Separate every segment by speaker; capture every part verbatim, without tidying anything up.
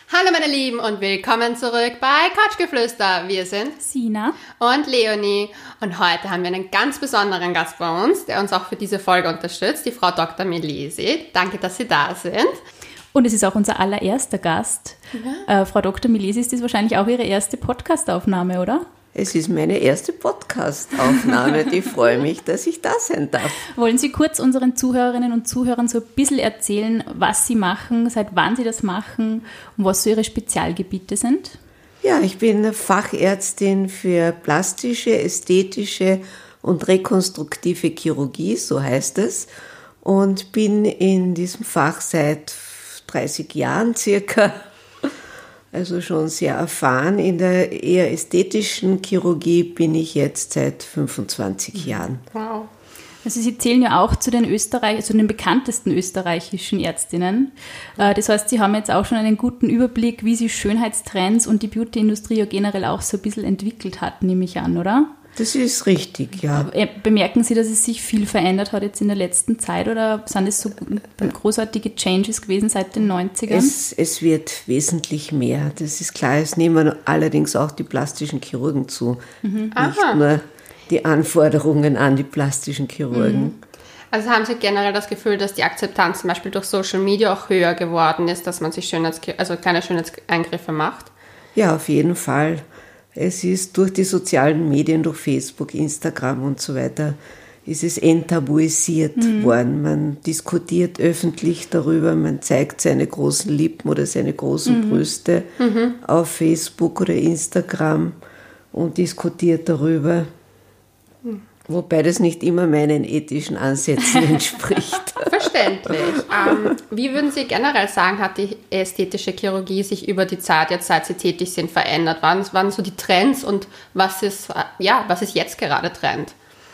Speaker 1: Hallo meine Lieben und willkommen zurück bei Couchgeflüster. Wir sind
Speaker 2: Sina
Speaker 1: und Leonie und heute haben wir einen ganz besonderen Gast bei uns, der uns auch für diese Folge unterstützt, die Frau Doktor Melisi. Danke, dass Sie da sind.
Speaker 2: Und es ist auch unser allererster Gast. Ja. Äh, Frau Doktor Melisi, ist das wahrscheinlich auch Ihre erste Podcast-Aufnahme, oder?
Speaker 3: Es ist meine erste Podcast-Aufnahme. Ich freue mich, dass ich da sein darf.
Speaker 2: Wollen Sie kurz unseren Zuhörerinnen und Zuhörern so ein bisschen erzählen, was Sie machen, seit wann Sie das machen und was so Ihre Spezialgebiete sind?
Speaker 3: Ja, ich bin Fachärztin für plastische, ästhetische und rekonstruktive Chirurgie, so heißt es, und bin in diesem Fach seit dreißig Jahren circa. Also schon sehr erfahren. In der eher ästhetischen Chirurgie bin ich jetzt seit fünfundzwanzig Jahren.
Speaker 1: Wow.
Speaker 2: Also Sie zählen ja auch zu den Österreich, zu den bekanntesten österreichischen Ärztinnen. Das heißt, Sie haben jetzt auch schon einen guten Überblick, wie sich Schönheitstrends und die Beauty-Industrie ja generell auch so ein bisschen entwickelt hat, nehme ich an, oder?
Speaker 3: Das ist richtig, ja.
Speaker 2: Bemerken Sie, dass es sich viel verändert hat jetzt in der letzten Zeit oder sind es so großartige Changes gewesen seit den neunzigern?
Speaker 3: Es, es wird wesentlich mehr, das ist klar. Es nehmen allerdings auch die plastischen Chirurgen zu, mhm. nicht
Speaker 1: Aha.
Speaker 3: nur die Anforderungen an die plastischen Chirurgen.
Speaker 1: Mhm. Also haben Sie generell das Gefühl, dass die Akzeptanz zum Beispiel durch Social Media auch höher geworden ist, dass man sich Schönheits- also kleine Schönheitseingriffe macht?
Speaker 3: Ja, auf jeden Fall. Es ist durch die sozialen Medien, durch Facebook, Instagram und so weiter, ist es enttabuisiert mhm. worden. Man diskutiert öffentlich darüber, man zeigt seine großen Lippen oder seine großen mhm. Brüste mhm. auf Facebook oder Instagram und diskutiert darüber. Mhm. Wobei das nicht immer meinen ethischen Ansätzen entspricht.
Speaker 1: Verständlich. Ähm, wie würden Sie generell sagen, hat die ästhetische Chirurgie sich über die Zeit, jetzt seit Sie tätig sind, verändert? Was waren so die Trends und was ist, ja, was ist jetzt gerade Trend?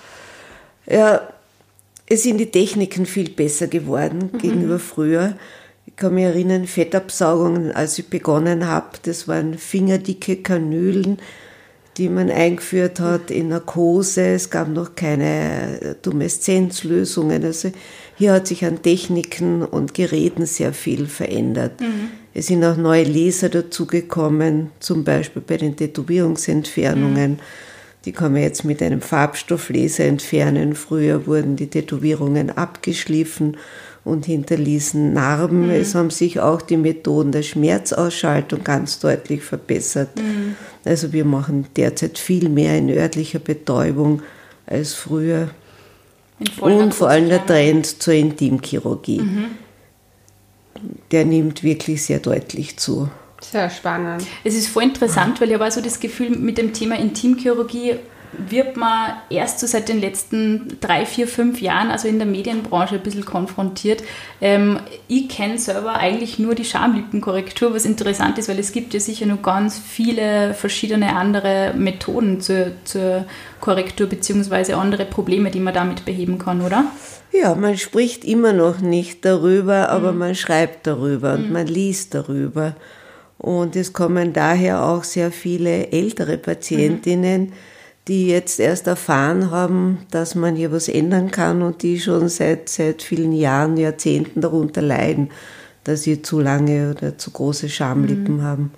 Speaker 3: Ja, es sind die Techniken viel besser geworden mhm. gegenüber früher. Ich kann mich erinnern, Fettabsaugungen, als ich begonnen habe, das waren fingerdicke Kanülen, die man eingeführt hat in Narkose. Es gab noch keine Tumeszenzlösungen. Also hier hat sich an Techniken und Geräten sehr viel verändert. Mhm. Es sind auch neue Laser dazugekommen, zum Beispiel bei den Tätowierungsentfernungen. Mhm. Die kann man jetzt mit einem Farbstofflaser entfernen. Früher wurden die Tätowierungen abgeschliffen und hinterließen Narben. Mhm. Es haben sich auch die Methoden der Schmerzausschaltung ganz deutlich verbessert. Mhm. Also wir machen derzeit viel mehr in örtlicher Betäubung als früher. Und vor allem der Trend zur Intimchirurgie. Mhm. Der nimmt wirklich sehr deutlich zu.
Speaker 1: Sehr spannend.
Speaker 2: Es ist voll interessant, weil ich habe also das Gefühl, mit dem Thema Intimchirurgie wird man erst so seit den letzten drei, vier, fünf Jahren, also in der Medienbranche, ein bisschen konfrontiert. Ähm, ich kenne selber eigentlich nur die Schamlippenkorrektur, was interessant ist, weil es gibt ja sicher noch ganz viele verschiedene andere Methoden zur, zur Korrektur beziehungsweise andere Probleme, die man damit beheben kann, oder?
Speaker 3: Ja, man spricht immer noch nicht darüber, aber mhm. man schreibt darüber und mhm. man liest darüber. Und es kommen daher auch sehr viele ältere Patientinnen, mhm. die jetzt erst erfahren haben, dass man hier was ändern kann und die schon seit, seit vielen Jahren, Jahrzehnten darunter leiden, dass sie zu lange oder zu große Schamlippen mhm. haben.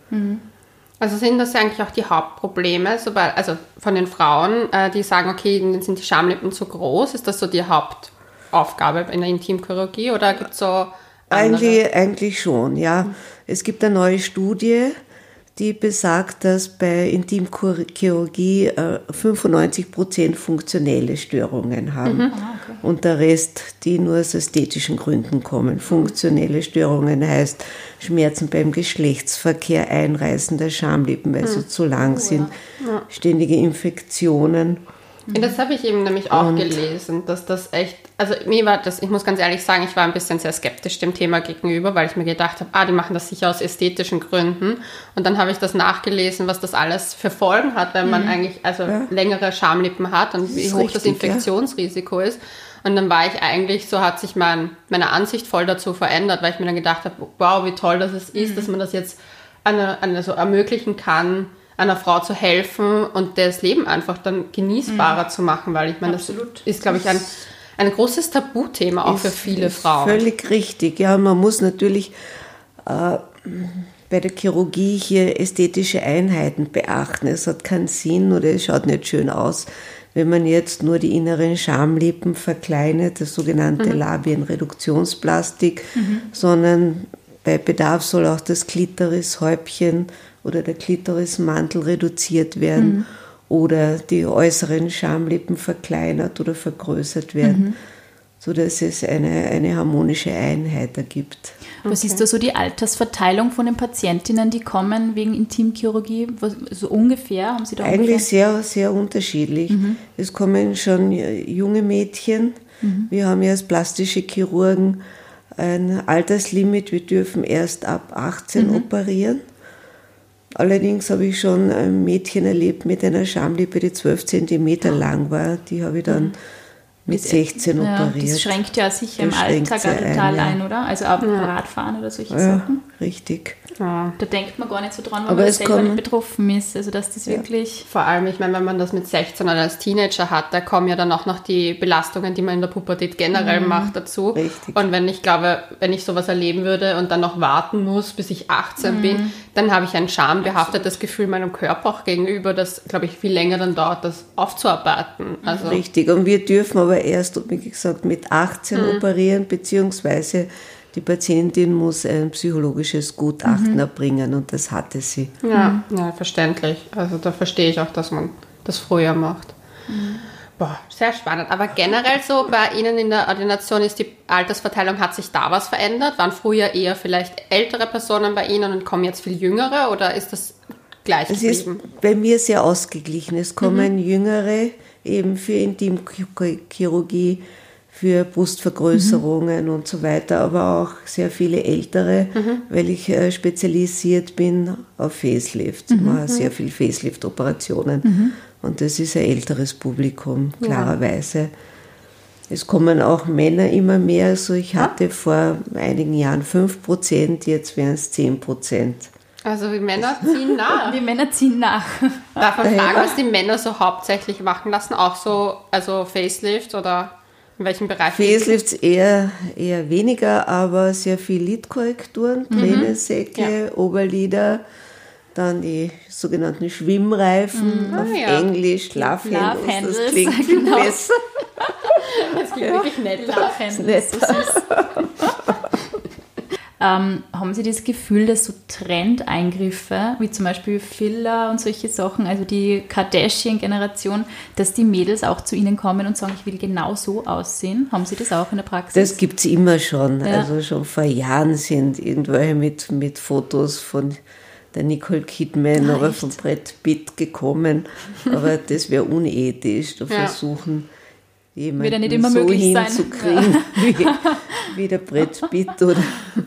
Speaker 1: Also sind das eigentlich auch die Hauptprobleme, sobald, also von den Frauen, die sagen, okay, dann sind die Schamlippen zu groß? Ist das so die Hauptaufgabe in der Intimchirurgie oder gibt es so andere?
Speaker 3: Eigentlich, eigentlich schon, ja. Es gibt eine neue Studie, die besagt, dass bei Intimchirurgie äh, fünfundneunzig Prozent funktionelle Störungen haben. Mhm. Ah, okay. Und der Rest, die nur aus ästhetischen Gründen kommen. Funktionelle Störungen heißt Schmerzen beim Geschlechtsverkehr, Einreißen der Schamlippen, weil mhm. sie zu lang oh, sind, ja. ständige Infektionen.
Speaker 1: Ja, das habe ich eben nämlich auch und gelesen, dass das echt, also mir war das, ich muss ganz ehrlich sagen, ich war ein bisschen sehr skeptisch dem Thema gegenüber, weil ich mir gedacht habe, ah, die machen das sicher aus ästhetischen Gründen. Und dann habe ich das nachgelesen, was das alles für Folgen hat, wenn man mhm. eigentlich also ja. längere Schamlippen hat und wie hoch richtig, das Infektionsrisiko ja. ist. Und dann war ich eigentlich, so hat sich mein, meine Ansicht voll dazu verändert, weil ich mir dann gedacht habe, wow, wie toll das ist, mhm. dass man das jetzt eine, eine so ermöglichen kann, einer Frau zu helfen und das Leben einfach dann genießbarer mhm. zu machen, weil ich meine, das Absolut. ist, glaube ich, ein, ein großes Tabuthema auch für viele Frauen.
Speaker 3: Völlig richtig, ja, man muss natürlich äh, bei der Chirurgie hier ästhetische Einheiten beachten. Es hat keinen Sinn oder es schaut nicht schön aus, wenn man jetzt nur die inneren Schamlippen verkleinert, das sogenannte mhm. Labienreduktionsplastik, mhm. sondern bei Bedarf soll auch das Klitorishäubchen oder der Klitorismantel reduziert werden mhm. oder die äußeren Schamlippen verkleinert oder vergrößert werden, mhm. sodass es eine, eine harmonische Einheit ergibt.
Speaker 2: Was okay. ist da so die Altersverteilung von den Patientinnen, die kommen wegen Intimchirurgie? Was, so ungefähr? Haben Sie da
Speaker 3: Eigentlich
Speaker 2: ungefähr?
Speaker 3: sehr, sehr unterschiedlich. Mhm. Es kommen schon junge Mädchen. Mhm. Wir haben ja als plastische Chirurgen ein Alterslimit. Wir dürfen erst ab achtzehn mhm. operieren. Allerdings habe ich schon ein Mädchen erlebt mit einer Schamlippe, die zwölf Zentimeter lang war. Die habe ich dann mhm. mit sechzehn
Speaker 2: ja,
Speaker 3: operiert.
Speaker 2: Das schränkt ja sicher das im Alltag total ein, ja. ein, oder? Also auch ja. Radfahren oder solche
Speaker 3: ja,
Speaker 2: Sachen.
Speaker 3: Richtig.
Speaker 2: Ja. Da denkt man gar nicht so dran, weil
Speaker 3: Aber
Speaker 2: man selber
Speaker 3: kommen,
Speaker 2: nicht betroffen ist. Also dass das ja. wirklich...
Speaker 1: Vor allem, ich meine, wenn man das mit sechzehn oder als Teenager hat, da kommen ja dann auch noch die Belastungen, die man in der Pubertät generell mhm. macht, dazu.
Speaker 3: Richtig.
Speaker 1: Und wenn ich glaube, wenn ich sowas erleben würde und dann noch warten muss, bis ich achtzehn mhm. bin, dann habe ich ein schambehaftetes Gefühl meinem Körper auch gegenüber, das, glaube ich, viel länger dann dauert, das aufzuarbeiten. Also
Speaker 3: Richtig. Und wir dürfen aber erst, wie gesagt, mit achtzehn mhm. operieren, beziehungsweise die Patientin muss ein psychologisches Gutachten mhm. erbringen und das hatte sie.
Speaker 1: Ja, mhm. ja, verständlich. Also da verstehe ich auch, dass man das früher macht. Mhm. Boah, sehr spannend. Aber generell so bei Ihnen in der Ordination ist die Altersverteilung, hat sich da was verändert? Waren früher eher vielleicht ältere Personen bei Ihnen und kommen jetzt viel jüngere oder ist das gleich geblieben?
Speaker 3: Es ist bei mir sehr ausgeglichen. Es kommen mhm. Jüngere eben für Intimchirurgie, für Brustvergrößerungen mhm. und so weiter, aber auch sehr viele ältere, mhm. weil ich äh, spezialisiert bin auf Facelift. Ich mhm. mache sehr viel Facelift-Operationen mhm. und das ist ein älteres Publikum, klarerweise. Ja. Es kommen auch Männer immer mehr, also ich hatte ja. vor einigen Jahren fünf Prozent, jetzt wären es zehn Prozent.
Speaker 1: Also die Männer ziehen nach.
Speaker 2: Die Männer ziehen nach.
Speaker 1: Darf man fragen, was die Männer so hauptsächlich machen lassen? Auch so, also Facelift oder in welchem Bereich?
Speaker 3: Facelifts eher, eher weniger, aber sehr viel Lidkorrekturen, mhm. Tränensäcke, ja. Oberlider, dann die sogenannten Schwimmreifen, mhm. auf ah, ja. Englisch, Love Handles, das klingt viel genau. besser.
Speaker 1: Das klingt ja. wirklich nett.
Speaker 2: Love Handles, so süß. Ähm, haben Sie das Gefühl, dass so Trendeingriffe, wie zum Beispiel Filler und solche Sachen, also die Kardashian-Generation, dass die Mädels auch zu Ihnen kommen und sagen, ich will genau so aussehen? Haben Sie das auch in der Praxis?
Speaker 3: Das gibt es immer schon. Ja. Also schon vor Jahren sind irgendwelche mit, mit Fotos von der Nicole Kidman oder von Brad Pitt gekommen. Aber das wäre unethisch, da ja. versuchen jemanden
Speaker 2: Wird ja nicht immer
Speaker 3: so
Speaker 2: möglich
Speaker 3: hinzukriegen
Speaker 2: sein.
Speaker 3: wie, wie der Brad Pitt oder...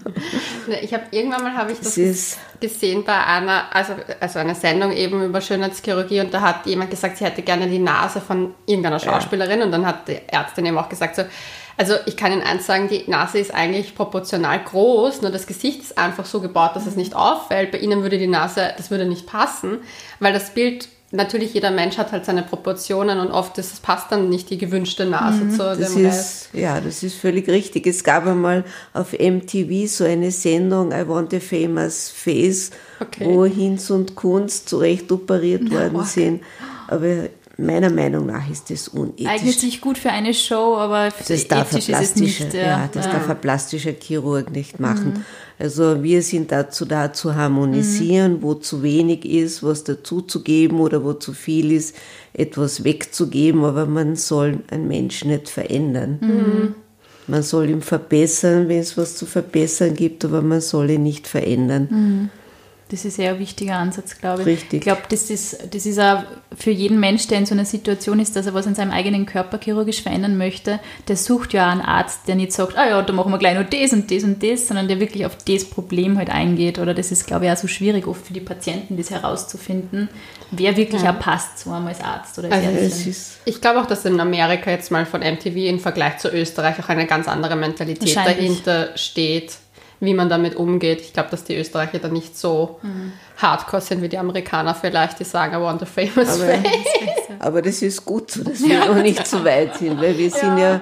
Speaker 1: Ich habe irgendwann mal habe ich das gesehen bei einer, also, also einer Sendung eben über Schönheitschirurgie und da hat jemand gesagt, sie hätte gerne die Nase von irgendeiner Schauspielerin ja. und dann hat die Ärztin eben auch gesagt so, also ich kann Ihnen eins sagen, die Nase ist eigentlich proportional groß, nur das Gesicht ist einfach so gebaut, dass es nicht auffällt. Bei Ihnen würde die Nase, das würde nicht passen, weil das Bild, natürlich jeder Mensch hat halt seine Proportionen und oft ist es passt dann nicht die gewünschte Nase mhm, zu
Speaker 3: das
Speaker 1: dem
Speaker 3: ist,
Speaker 1: Rest.
Speaker 3: Ja, das ist völlig richtig. Es gab einmal auf M T V so eine Sendung, I Want a Famous Face, okay. wo Hinz und Kunz zurecht operiert worden ja, sind. Aber meiner Meinung nach ist das unethisch.
Speaker 2: Eignet sich gut für eine Show, aber
Speaker 3: das darf ethisch ist es nicht. Ja, ja das ja. darf ein plastischer Chirurg nicht machen. Mhm. Also wir sind dazu da zu harmonisieren, mhm. wo zu wenig ist, was dazuzugeben oder wo zu viel ist, etwas wegzugeben, aber man soll einen Menschen nicht verändern. Mhm. Man soll ihn verbessern, wenn es was zu verbessern gibt, aber man soll ihn nicht verändern.
Speaker 2: Mhm. Das ist eher ein wichtiger Ansatz, glaube ich.
Speaker 3: Richtig.
Speaker 2: Ich glaube, das ist, das ist auch für jeden Mensch, der in so einer Situation ist, dass er was an seinem eigenen Körper chirurgisch verändern möchte, der sucht ja einen Arzt, der nicht sagt, ah ja, da machen wir gleich nur das und das und das, sondern der wirklich auf das Problem halt eingeht. Oder das ist, glaube ich, auch so schwierig oft für die Patienten, das herauszufinden, wer wirklich ja. auch passt, so einmal als Arzt oder als
Speaker 1: also
Speaker 2: Ärztin.
Speaker 1: Ich glaube auch, dass in Amerika jetzt mal von M T V im Vergleich zu Österreich auch eine ganz andere Mentalität dahinter steht, wie man damit umgeht. Ich glaube, dass die Österreicher da nicht so mhm. hardcore sind wie die Amerikaner vielleicht, die sagen, I want a famous
Speaker 3: aber,
Speaker 1: face.
Speaker 3: Aber das ist gut so, dass wir ja, noch nicht ja. so weit sind, weil wir sind ja, ja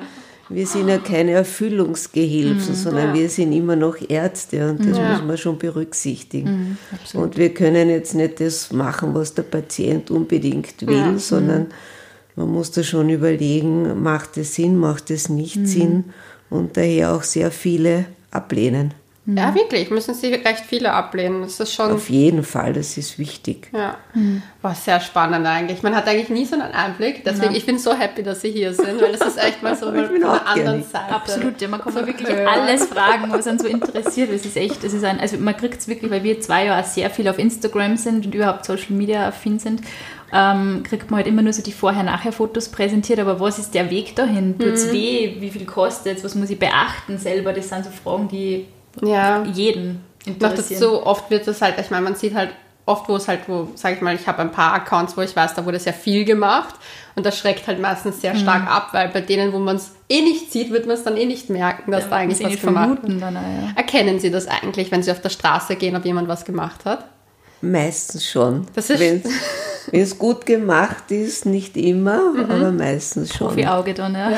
Speaker 3: wir sind ja keine Erfüllungsgehilfen, mhm, sondern ja. wir sind immer noch Ärzte und das ja. muss man schon berücksichtigen. Mhm, und wir können jetzt nicht das machen, was der Patient unbedingt will, ja. sondern mhm. man muss da schon überlegen, macht es Sinn, macht es nicht mhm. Sinn und daher auch sehr viele ablehnen.
Speaker 1: Ja, wirklich, müssen sie recht viele ablehnen. Das ist schon.
Speaker 3: Auf jeden Fall, das ist wichtig.
Speaker 1: Ja, mhm. war sehr spannend eigentlich. Man hat eigentlich nie so einen Einblick. Deswegen, ja. ich bin so happy, dass Sie hier sind, weil das ist echt mal so mal von der anderen Seite.
Speaker 2: Absolut, ja, man kann so wirklich hören. Alles fragen, was einen so interessiert. Es ist echt, es ist ein, also man kriegt es wirklich, weil wir zwei ja auch sehr viel auf Instagram sind und überhaupt Social Media affin sind, ähm, kriegt man halt immer nur so die Vorher-Nachher-Fotos präsentiert, aber was ist der Weg dahin? Tut es mhm. weh? Wie viel kostet es? Was muss ich beachten selber? Das sind so Fragen, die ja. jeden interessieren.
Speaker 1: Noch dazu, oft wird das halt, ich meine, man sieht halt oft, wo es halt, wo, sag ich mal, ich habe ein paar Accounts, wo ich weiß, da wurde sehr viel gemacht und das schreckt halt meistens sehr stark mhm. ab, weil bei denen, wo man es eh nicht sieht, wird man es dann eh nicht merken, dass ja, da eigentlich was gemacht wird. Ja. Erkennen Sie das eigentlich, wenn Sie auf der Straße gehen, ob jemand was gemacht hat?
Speaker 3: Meistens schon. Das ist wenn es gut gemacht ist, nicht immer, mhm. aber meistens schon.
Speaker 2: Profi-Auge dann, ja.
Speaker 1: ja.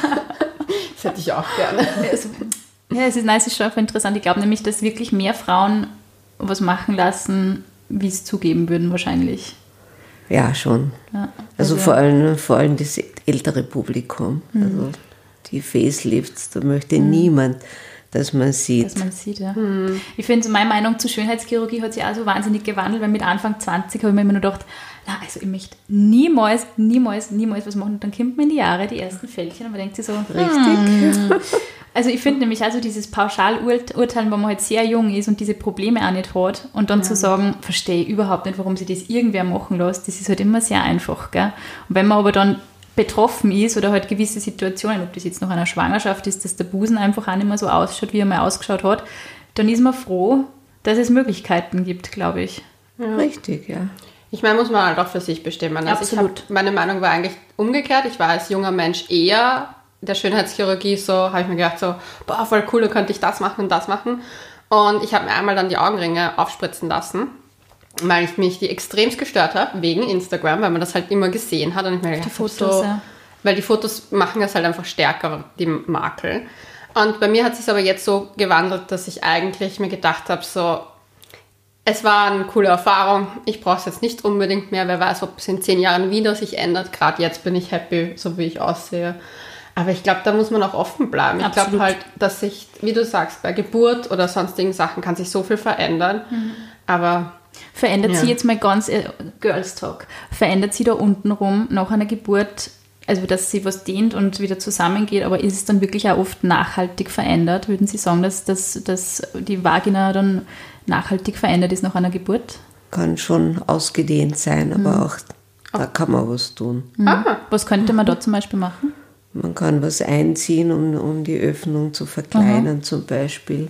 Speaker 1: Das hätte ich auch gerne.
Speaker 2: Ja, es ist, nein, es ist schon einfach interessant. Ich glaube nämlich, dass wirklich mehr Frauen was machen lassen, wie es zugeben würden wahrscheinlich.
Speaker 3: Ja, schon. Ja, also, also vor allem, vor allem das ältere Publikum. Mhm. Also die Facelifts, da möchte mhm. niemand, dass man sieht.
Speaker 2: Dass man sieht, ja. Mhm. Ich finde, so meine Meinung zur Schönheitschirurgie hat sich auch so wahnsinnig gewandelt, weil mit Anfang zwanzig habe ich mir immer nur gedacht, na, also ich möchte niemals, niemals, niemals was machen. Und dann kommt man in die Jahre, die ersten Fältchen, und man denkt sich so, richtig. Hm. Also ich finde nämlich also dieses Pauschalurteilen, wenn man halt sehr jung ist und diese Probleme auch nicht hat und dann ja. zu sagen, verstehe ich überhaupt nicht, warum sie das irgendwer machen lässt, das ist halt immer sehr einfach. Gell? Und wenn man aber dann betroffen ist oder halt gewisse Situationen, ob das jetzt nach einer Schwangerschaft ist, dass der Busen einfach auch nicht mehr so ausschaut, wie er mal ausgeschaut hat, dann ist man froh, dass es Möglichkeiten gibt, glaube ich.
Speaker 3: Ja. Richtig, ja.
Speaker 1: Ich meine, muss man halt auch für sich bestimmen. Also Absolut. Ich hab, meine Meinung war eigentlich umgekehrt. Ich war als junger Mensch eher der Schönheitschirurgie so, habe ich mir gedacht so, boah, voll cool, da könnte ich das machen und das machen. Und ich habe mir einmal dann die Augenringe aufspritzen lassen, weil ich mich die extremst gestört habe, wegen Instagram, weil man das halt immer gesehen hat. Und ich mir gedacht, die Fotos, so, ja. Weil die Fotos machen das halt einfach stärker, die Makel. Und bei mir hat es sich aber jetzt so gewandelt, dass ich eigentlich mir gedacht habe, so, es war eine coole Erfahrung. Ich brauche es jetzt nicht unbedingt mehr. Wer weiß, ob es in zehn Jahren wieder sich ändert. Gerade jetzt bin ich happy, so wie ich aussehe. Aber ich glaube, da muss man auch offen bleiben. Ich glaube halt, dass sich, wie du sagst, bei Geburt oder sonstigen Sachen kann sich so viel verändern. Mhm. Aber
Speaker 2: verändert ja. sie jetzt mal ganz, äh, Girls Talk, verändert sie da untenrum nach einer Geburt, also dass sie was dehnt und wieder zusammengeht, aber ist es dann wirklich auch oft nachhaltig verändert? Würden Sie sagen, dass, dass, dass die Vagina dann nachhaltig verändert ist nach einer Geburt?
Speaker 3: Kann schon ausgedehnt sein, aber mhm. auch da kann man was tun.
Speaker 2: Mhm. Ah. Was könnte man da zum Beispiel machen?
Speaker 3: Man kann was einziehen, um, um die Öffnung zu verkleinern, mhm. zum Beispiel.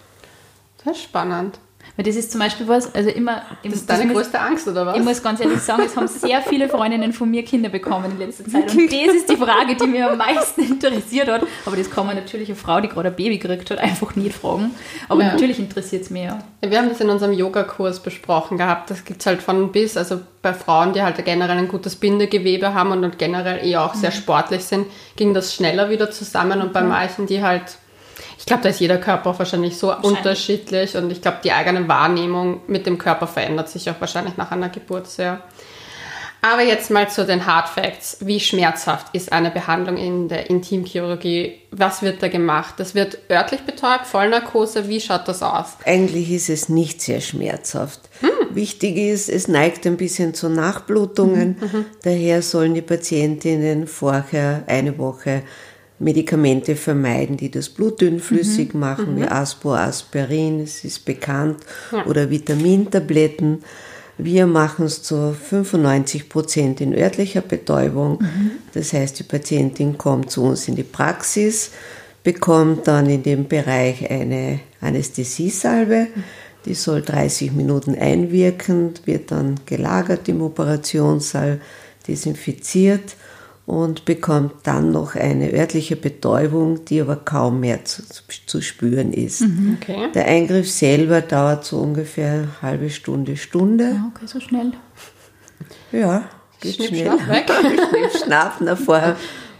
Speaker 1: Das ist spannend.
Speaker 2: Weil das ist zum Beispiel was, also immer...
Speaker 1: Das ist deine größte Angst, oder was?
Speaker 2: Ich muss ganz ehrlich sagen, es haben sehr viele Freundinnen von mir Kinder bekommen in letzter Zeit. Und das ist die Frage, die mich am meisten interessiert hat. Aber das kann man natürlich eine Frau, die gerade ein Baby gekriegt hat, einfach nicht fragen. Aber ja. natürlich interessiert es mich ja.
Speaker 1: ja. Wir haben das in unserem Yoga-Kurs besprochen gehabt. Das gibt es halt von bis, also bei Frauen, die halt generell ein gutes Bindegewebe haben und generell eher auch sehr mhm. sportlich sind, ging das schneller wieder zusammen. Und bei mhm. manchen, die halt... Ich glaube, da ist jeder Körper auch wahrscheinlich so wahrscheinlich. unterschiedlich und ich glaube, die eigene Wahrnehmung mit dem Körper verändert sich auch wahrscheinlich nach einer Geburt sehr. Aber jetzt mal zu den Hard Facts. Wie schmerzhaft ist eine Behandlung in der Intimchirurgie? Was wird da gemacht? Das wird örtlich betäubt, Vollnarkose, wie schaut das aus?
Speaker 3: Eigentlich ist es nicht sehr schmerzhaft. Hm. Wichtig ist, es neigt ein bisschen zu Nachblutungen. Mhm. Daher sollen die Patientinnen vorher eine Woche Medikamente vermeiden, die das Blut dünnflüssig mhm. machen, mhm. wie Aspro, Aspirin, es ist bekannt, ja. oder Vitamintabletten. Wir machen es zu fünfundneunzig Prozent in örtlicher Betäubung. Mhm. Das heißt, die Patientin kommt zu uns in die Praxis, bekommt dann in dem Bereich eine Anästhesiesalbe, mhm. die soll dreißig Minuten einwirken, wird dann gelagert im Operationssaal, desinfiziert und bekommt dann noch eine örtliche Betäubung, die aber kaum mehr zu, zu spüren ist.
Speaker 2: Mhm, okay.
Speaker 3: Der Eingriff selber dauert so ungefähr eine halbe Stunde, Stunde.
Speaker 2: Ja, okay, so schnell.
Speaker 3: Ja, geht
Speaker 1: Schnipp,
Speaker 3: schnell.
Speaker 1: Schnapp weg.
Speaker 3: Schnipp, schnapp, na, vorher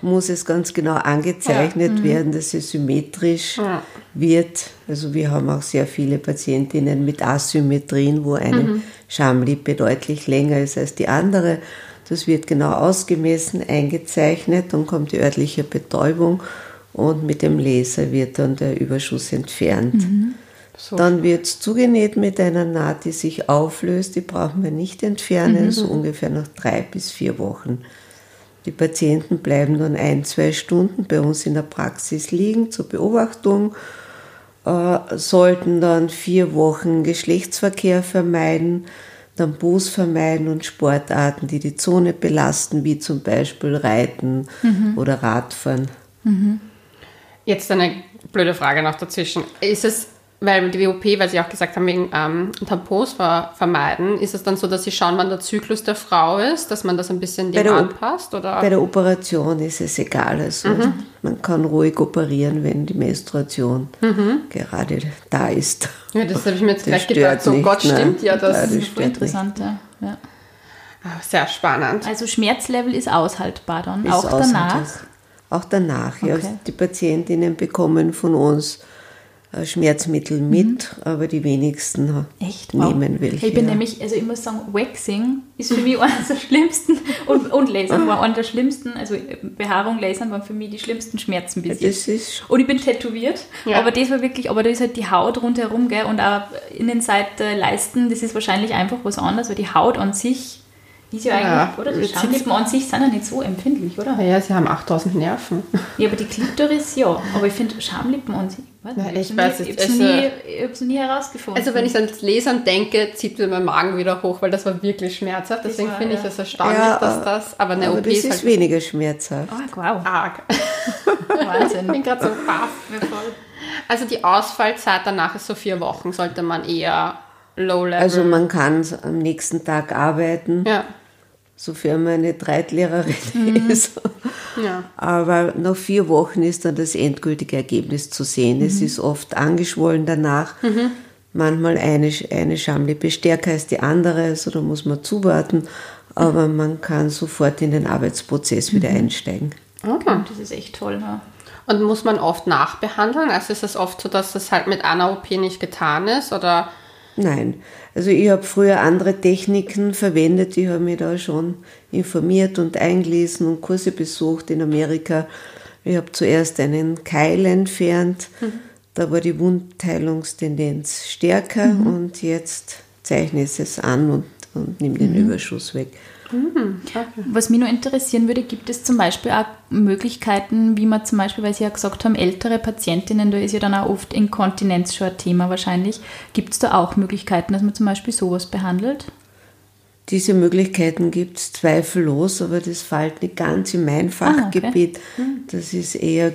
Speaker 3: muss es ganz genau angezeichnet ja. werden, dass es symmetrisch ja. wird. Also wir haben auch sehr viele Patientinnen mit Asymmetrien, wo eine mhm. Schamlippe deutlich länger ist als die andere. Das wird genau ausgemessen, eingezeichnet, dann kommt die örtliche Betäubung und mit dem Laser wird dann der Überschuss entfernt. Mhm. So. Dann wird es zugenäht mit einer Naht, die sich auflöst, die brauchen wir nicht entfernen, mhm. so ungefähr nach drei bis vier Wochen. Die Patienten bleiben dann ein, zwei Stunden bei uns in der Praxis liegen zur Beobachtung, äh, sollten dann vier Wochen Geschlechtsverkehr vermeiden, Tampons vermeiden und Sportarten, die die Zone belasten, wie zum Beispiel Reiten mhm. oder Radfahren.
Speaker 1: Mhm. Jetzt eine blöde Frage noch dazwischen. Ist es, weil die W O P, weil Sie auch gesagt haben, wegen ähm, Tampons ver- vermeiden, ist es dann so, dass Sie schauen, wann der Zyklus der Frau ist, dass man das ein bisschen dem anpasst? Oder?
Speaker 3: Bei der Operation ist es egal. Also mhm. man kann ruhig operieren, wenn die Menstruation mhm. gerade da ist.
Speaker 1: Ja, das habe ich mir jetzt gleich gedacht. So, nicht, Gott, stimmt ja, das,
Speaker 2: das ist voll interessant. Ja. Ja.
Speaker 1: Sehr spannend.
Speaker 2: Also Schmerzlevel ist aushaltbar dann, ist auch danach?
Speaker 3: Auch danach, okay. ja. Die Patientinnen bekommen von uns Schmerzmittel mit, mhm. aber die wenigsten
Speaker 2: Echt?
Speaker 3: nehmen
Speaker 2: wow.
Speaker 3: welche.
Speaker 2: Ich bin ja. nämlich, also ich muss sagen, Waxing ist für mich eines der schlimmsten und, und Lasern war einer der schlimmsten, also Behaarung, Lasern waren für mich die schlimmsten Schmerzen bis
Speaker 3: ja,
Speaker 2: jetzt.
Speaker 3: Ist
Speaker 2: und ich bin tätowiert, ja. aber das war wirklich, aber da ist halt die Haut rundherum, gell, und auch Innenseite Leisten, das ist wahrscheinlich einfach was anderes, weil die Haut an sich ist ja eigentlich, ja, oder? Die Schamlippen an sich sind ja nicht so empfindlich, oder?
Speaker 1: Ja, sie haben achttausend Nerven.
Speaker 2: Ja, aber die Klitoris, ja. Aber ich finde Schamlippen an sich,
Speaker 1: was? Ja, ich weiß
Speaker 2: es. Ich habe es nie, ich nie herausgefunden.
Speaker 1: Also wenn ich ans Lesern denke, zieht mir mein Magen wieder hoch, weil das war wirklich schmerzhaft. Deswegen finde ja. ich es erstaunlich, ja, dass das, aber eine
Speaker 3: aber
Speaker 1: O P
Speaker 3: das
Speaker 1: ist
Speaker 3: ist
Speaker 1: halt
Speaker 3: weniger schmerzhaft.
Speaker 2: Oh, wow.
Speaker 1: Arg.
Speaker 2: Wahnsinn.
Speaker 1: Ich bin gerade so baff. Also die Ausfallzeit danach ist so vier Wochen, sollte man eher low-level.
Speaker 3: Also man kann am nächsten Tag arbeiten.
Speaker 1: Ja.
Speaker 3: Sofern man eine Reitlehrerin mhm. ist.
Speaker 1: Ja.
Speaker 3: Aber nach vier Wochen ist dann das endgültige Ergebnis zu sehen. Mhm. Es ist oft angeschwollen danach. Mhm. Manchmal eine, eine Schamlippe stärker als die andere, also da muss man zuwarten. Aber man kann sofort in den Arbeitsprozess wieder mhm. einsteigen.
Speaker 2: Okay, das ist echt toll. Ja.
Speaker 1: Und muss man oft nachbehandeln? Also ist es oft so, dass das halt mit einer O P nicht getan ist? Oder?
Speaker 3: Nein, also ich habe früher andere Techniken verwendet, ich habe mich da schon informiert und eingelesen und Kurse besucht in Amerika. Ich habe zuerst einen Keil entfernt, mhm. da war die Wundheilungstendenz stärker mhm. und jetzt zeichne ich es an und, und nehme den mhm. Überschuss weg.
Speaker 2: Mhm. Okay. Was mich noch interessieren würde, gibt es zum Beispiel auch Möglichkeiten, wie man zum Beispiel, weil Sie ja gesagt haben, ältere Patientinnen, da ist ja dann auch oft Inkontinenz schon ein Thema wahrscheinlich. Gibt es da auch Möglichkeiten, dass man zum Beispiel sowas behandelt?
Speaker 3: Diese Möglichkeiten gibt es zweifellos, aber das fällt nicht ganz in mein Fachgebiet. Ah, okay. Das ist eher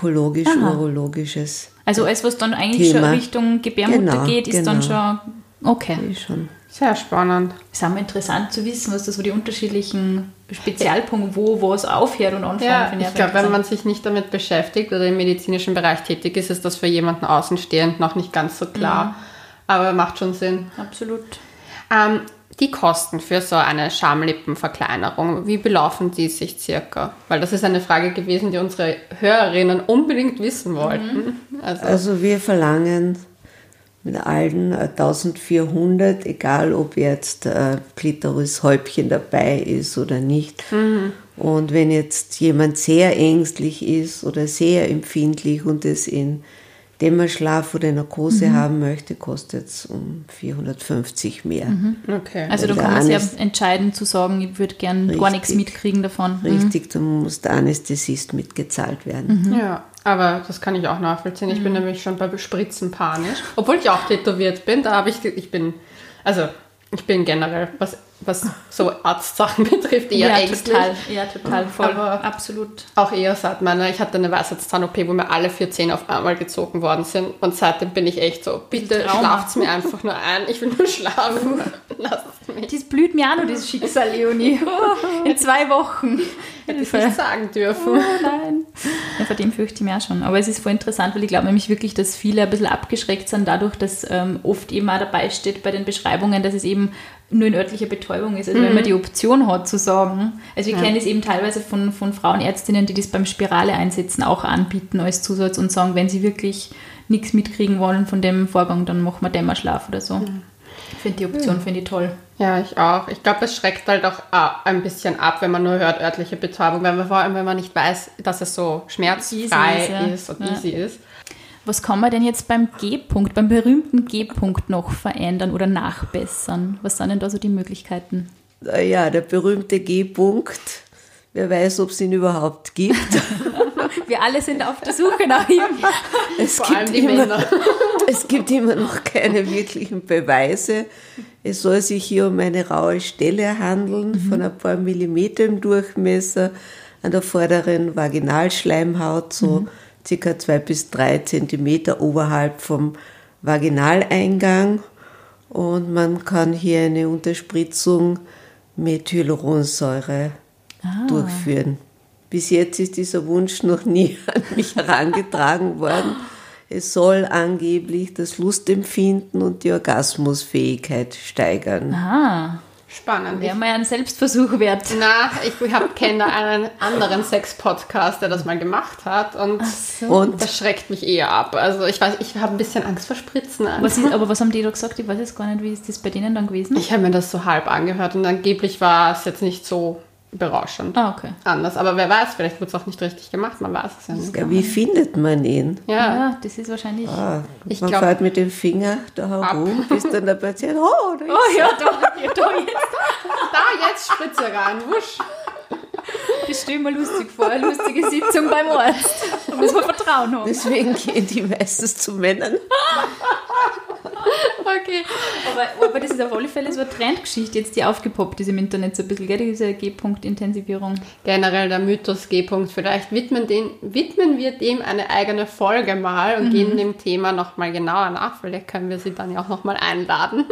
Speaker 3: gynäkologisch-urologisches.
Speaker 2: Also alles, was dann eigentlich Thema. schon Richtung Gebärmutter genau, geht, ist genau. dann schon okay.
Speaker 3: Ist schon.
Speaker 1: Sehr spannend.
Speaker 2: Es ist auch mal interessant zu wissen, was das so die unterschiedlichen Spezialpunkte, wo was aufhört und anfängt.
Speaker 1: Ja, ich, ich glaube, wenn man sich nicht damit beschäftigt oder im medizinischen Bereich tätig ist, ist das für jemanden außenstehend noch nicht ganz so klar. Mhm. Aber macht schon Sinn.
Speaker 2: Absolut.
Speaker 1: Ähm, die Kosten für so eine Schamlippenverkleinerung, wie belaufen die sich circa? Weil das ist eine Frage gewesen, die unsere Hörerinnen unbedingt wissen wollten.
Speaker 3: Mhm. Also, also wir verlangen mit allen eintausendvierhundert, egal ob jetzt äh, Klitorishäubchen dabei ist oder nicht. Mhm. Und wenn jetzt jemand sehr ängstlich ist oder sehr empfindlich und es in Dämmerschlaf oder Narkose mhm. haben möchte, kostet es um vierhundertfünfzig mehr.
Speaker 2: Mhm. Okay. Also da kann man sehr entscheiden zu sagen, ich würde gerne gar nichts mitkriegen davon.
Speaker 3: Richtig, mhm. da muss der Anästhesist mitgezahlt werden.
Speaker 1: Mhm. Ja, aber das kann ich auch nachvollziehen. Ich mhm. bin nämlich schon bei Bespritzen panisch. Obwohl ich auch tätowiert bin, da habe ich, ich bin, also ich bin generell, was, was so Arztsachen betrifft, eher
Speaker 2: ja,
Speaker 1: ängstlich.
Speaker 2: Total, ja, total, voll, aber absolut.
Speaker 1: Auch eher seit meiner, ich hatte eine Weisheitszahn-O P, wo mir alle vier Zähne auf einmal gezogen worden sind und seitdem bin ich echt so, bitte schlaft's mir einfach nur ein, ich will nur schlafen, lasst mich.
Speaker 2: Das blüht mir auch noch, dieses Schicksal, Leonie. In zwei Wochen.
Speaker 1: Hätte ich nicht sagen dürfen.
Speaker 2: Oh nein. Ja, vor dem fürchte ich mich auch schon. Aber es ist voll interessant, weil ich glaube nämlich wirklich, dass viele ein bisschen abgeschreckt sind dadurch, dass ähm, oft eben auch dabei steht bei den Beschreibungen, dass es eben nur in örtlicher Betäubung ist. Also mhm. wenn man die Option hat zu sagen, also wir ja. kennen es eben teilweise von, von Frauenärztinnen, die das beim Spirale einsetzen, auch anbieten als Zusatz und sagen, wenn sie wirklich nichts mitkriegen wollen von dem Vorgang, dann machen wir Dämmerschlaf oder so. Mhm. Ich finde die Option, mhm. finde ich toll.
Speaker 1: Ja, ich auch. Ich glaube, es schreckt halt auch ein bisschen ab, wenn man nur hört, örtliche Betäubung, weil man vor allem, wenn man nicht weiß, dass es so schmerzfrei ist, ja. ist und ja. easy ist.
Speaker 2: Was kann man denn jetzt beim G-Punkt, beim berühmten G-Punkt noch verändern oder nachbessern? Was sind denn da so die Möglichkeiten?
Speaker 3: Ja, der berühmte G-Punkt. Wer weiß, ob es ihn überhaupt gibt.
Speaker 2: Wir alle sind auf der Suche nach ihm.
Speaker 3: Es Vor allem die immer, Männer. Es gibt immer noch keine wirklichen Beweise. Es soll sich hier um eine raue Stelle handeln, mhm. von ein paar Millimeter im Durchmesser an der vorderen Vaginalschleimhaut, so mhm. circa zwei bis drei Zentimeter oberhalb vom Vaginaleingang. Und man kann hier eine Unterspritzung mit Hyaluronsäure ah. durchführen. Bis jetzt ist dieser Wunsch noch nie an mich herangetragen worden. Es soll angeblich das Lustempfinden und die Orgasmusfähigkeit steigern.
Speaker 2: Aha.
Speaker 1: Spannend.
Speaker 2: Wäre mal ein Selbstversuch wert.
Speaker 1: Na, ich hab, kenne da einen anderen Sex-Podcast, der das mal gemacht hat und, so. und das schreckt mich eher ab. Also ich weiß, ich habe ein bisschen Angst vor Spritzen.
Speaker 2: Was ist, aber was haben die da gesagt? Ich weiß jetzt gar nicht, wie ist das bei denen dann gewesen?
Speaker 1: Ich habe mir das so halb angehört und angeblich war es jetzt nicht so berauschend.
Speaker 2: Ah, okay.
Speaker 1: Anders. Aber wer weiß, vielleicht wird es auch nicht richtig gemacht, man weiß es ja nicht.
Speaker 3: Ja, wie findet man ihn?
Speaker 2: Ja, ja das ist wahrscheinlich...
Speaker 3: Ah, ich man glaub, fährt mit dem Finger da herum, bis dann der Patient, oh, da ist
Speaker 2: oh ja, da, da jetzt.
Speaker 1: Da, jetzt Spritze rein, wusch.
Speaker 2: Das stelle ich mir lustig vor, eine lustige Sitzung beim Arzt. Da muss man Vertrauen haben.
Speaker 3: Deswegen gehen die meistens zu Männern.
Speaker 2: Okay. Aber, aber das ist auf alle Fälle so eine Trendgeschichte, jetzt die aufgepoppt ist im Internet so ein bisschen, gell, diese G-Punkt-Intensivierung.
Speaker 1: Generell der Mythos G-Punkt. Vielleicht widmen, den, widmen wir dem eine eigene Folge mal und mhm. gehen dem Thema nochmal genauer nach. Vielleicht können wir sie dann ja auch nochmal einladen.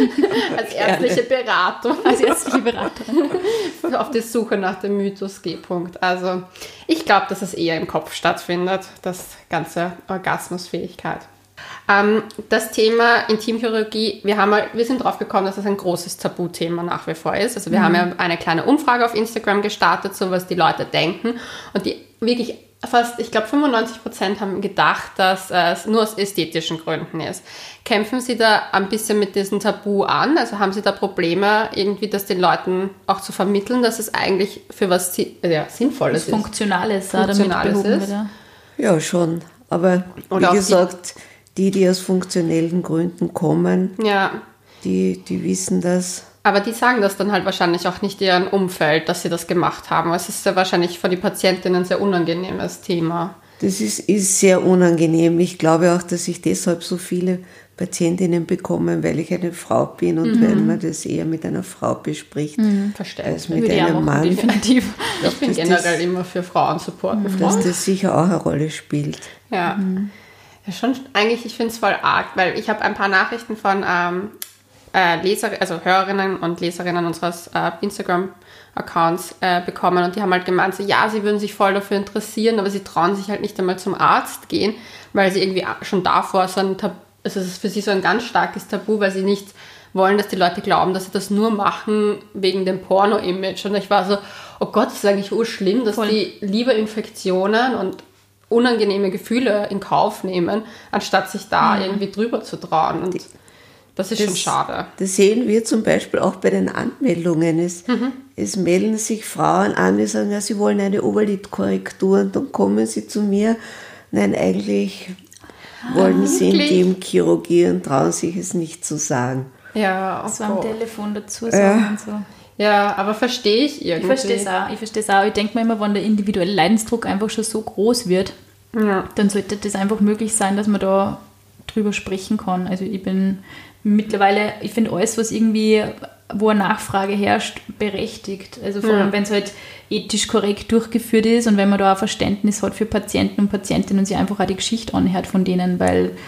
Speaker 1: Als ärztliche Beratung.
Speaker 2: Als ärztliche Beratung.
Speaker 1: Auf die Suche nach dem Mythos G-Punkt. Also ich glaube, dass es eher im Kopf stattfindet, das ganze Orgasmusfähigkeit. Ähm, das Thema Intimchirurgie, wir, haben mal, wir sind drauf gekommen, dass das ein großes Tabuthema nach wie vor ist. Also wir mhm. haben ja eine kleine Umfrage auf Instagram gestartet, so was die Leute denken. Und die wirklich fast, ich glaube fünfundneunzig Prozent haben gedacht, dass es nur aus ästhetischen Gründen ist. Kämpfen Sie da ein bisschen mit diesem Tabu an? Also haben Sie da Probleme, irgendwie das den Leuten auch zu vermitteln, dass es eigentlich für was ja, Sinnvolles ist?
Speaker 2: Funktionales,
Speaker 1: Funktionales
Speaker 2: damit behoben
Speaker 1: ist?
Speaker 2: Wird.
Speaker 3: Ja, schon. Aber
Speaker 1: Oder
Speaker 3: wie gesagt, die, die aus funktionellen Gründen kommen,
Speaker 1: ja.
Speaker 3: die, die wissen das.
Speaker 1: Aber die sagen das dann halt wahrscheinlich auch nicht ihrem Umfeld, dass sie das gemacht haben. Es ist ja wahrscheinlich für die Patientinnen ein sehr unangenehmes Thema.
Speaker 3: Das ist, ist sehr unangenehm. Ich glaube auch, dass ich deshalb so viele Patientinnen bekomme, weil ich eine Frau bin und mhm. weil man das eher mit einer Frau bespricht,
Speaker 1: mhm. als mit einem machen, Mann.
Speaker 2: Definitiv.
Speaker 1: Ich, ich bin generell das, immer für Frauen-Support.
Speaker 3: Mhm. Dass das sicher auch eine Rolle spielt.
Speaker 1: Ja, mhm. ja schon eigentlich, ich finde es voll arg, weil ich habe ein paar Nachrichten von ähm, äh, Leser, also Hörerinnen und Leserinnen unseres äh, Instagram-Accounts äh, bekommen und die haben halt gemeint, so, ja, sie würden sich voll dafür interessieren, aber sie trauen sich halt nicht einmal zum Arzt gehen, weil sie irgendwie schon davor so ein Tabu, also es ist für sie so ein ganz starkes Tabu, weil sie nicht wollen, dass die Leute glauben, dass sie das nur machen wegen dem Porno-Image. Und ich war so, oh Gott, das ist eigentlich urschlimm, dass voll. Die lieber Infektionen und unangenehme Gefühle in Kauf nehmen, anstatt sich da mhm. irgendwie drüber zu trauen. Und das ist das, schon schade.
Speaker 3: Das sehen wir zum Beispiel auch bei den Anmeldungen. Es, mhm. es melden sich Frauen an, die sagen, ja, sie wollen eine Oberlidkorrektur und dann kommen sie zu mir. Nein, eigentlich wollen sie Intimchirurgie und trauen sich es nicht zu sagen.
Speaker 1: Ja,
Speaker 2: oh so am Telefon dazu sagen
Speaker 3: ja.
Speaker 2: und so.
Speaker 1: Ja, aber verstehe ich irgendwie.
Speaker 2: Ich verstehe es auch. Ich verstehe es auch. Ich denke mir immer, wenn der individuelle Leidensdruck einfach schon so groß wird, ja. dann sollte das einfach möglich sein, dass man da drüber sprechen kann. Also ich bin mittlerweile, ich finde alles, was irgendwie, wo eine Nachfrage herrscht, berechtigt. Also vor allem, ja. wenn es halt ethisch korrekt durchgeführt ist und wenn man da ein Verständnis hat für Patienten und Patientinnen und sich einfach auch die Geschichte anhört von denen, weil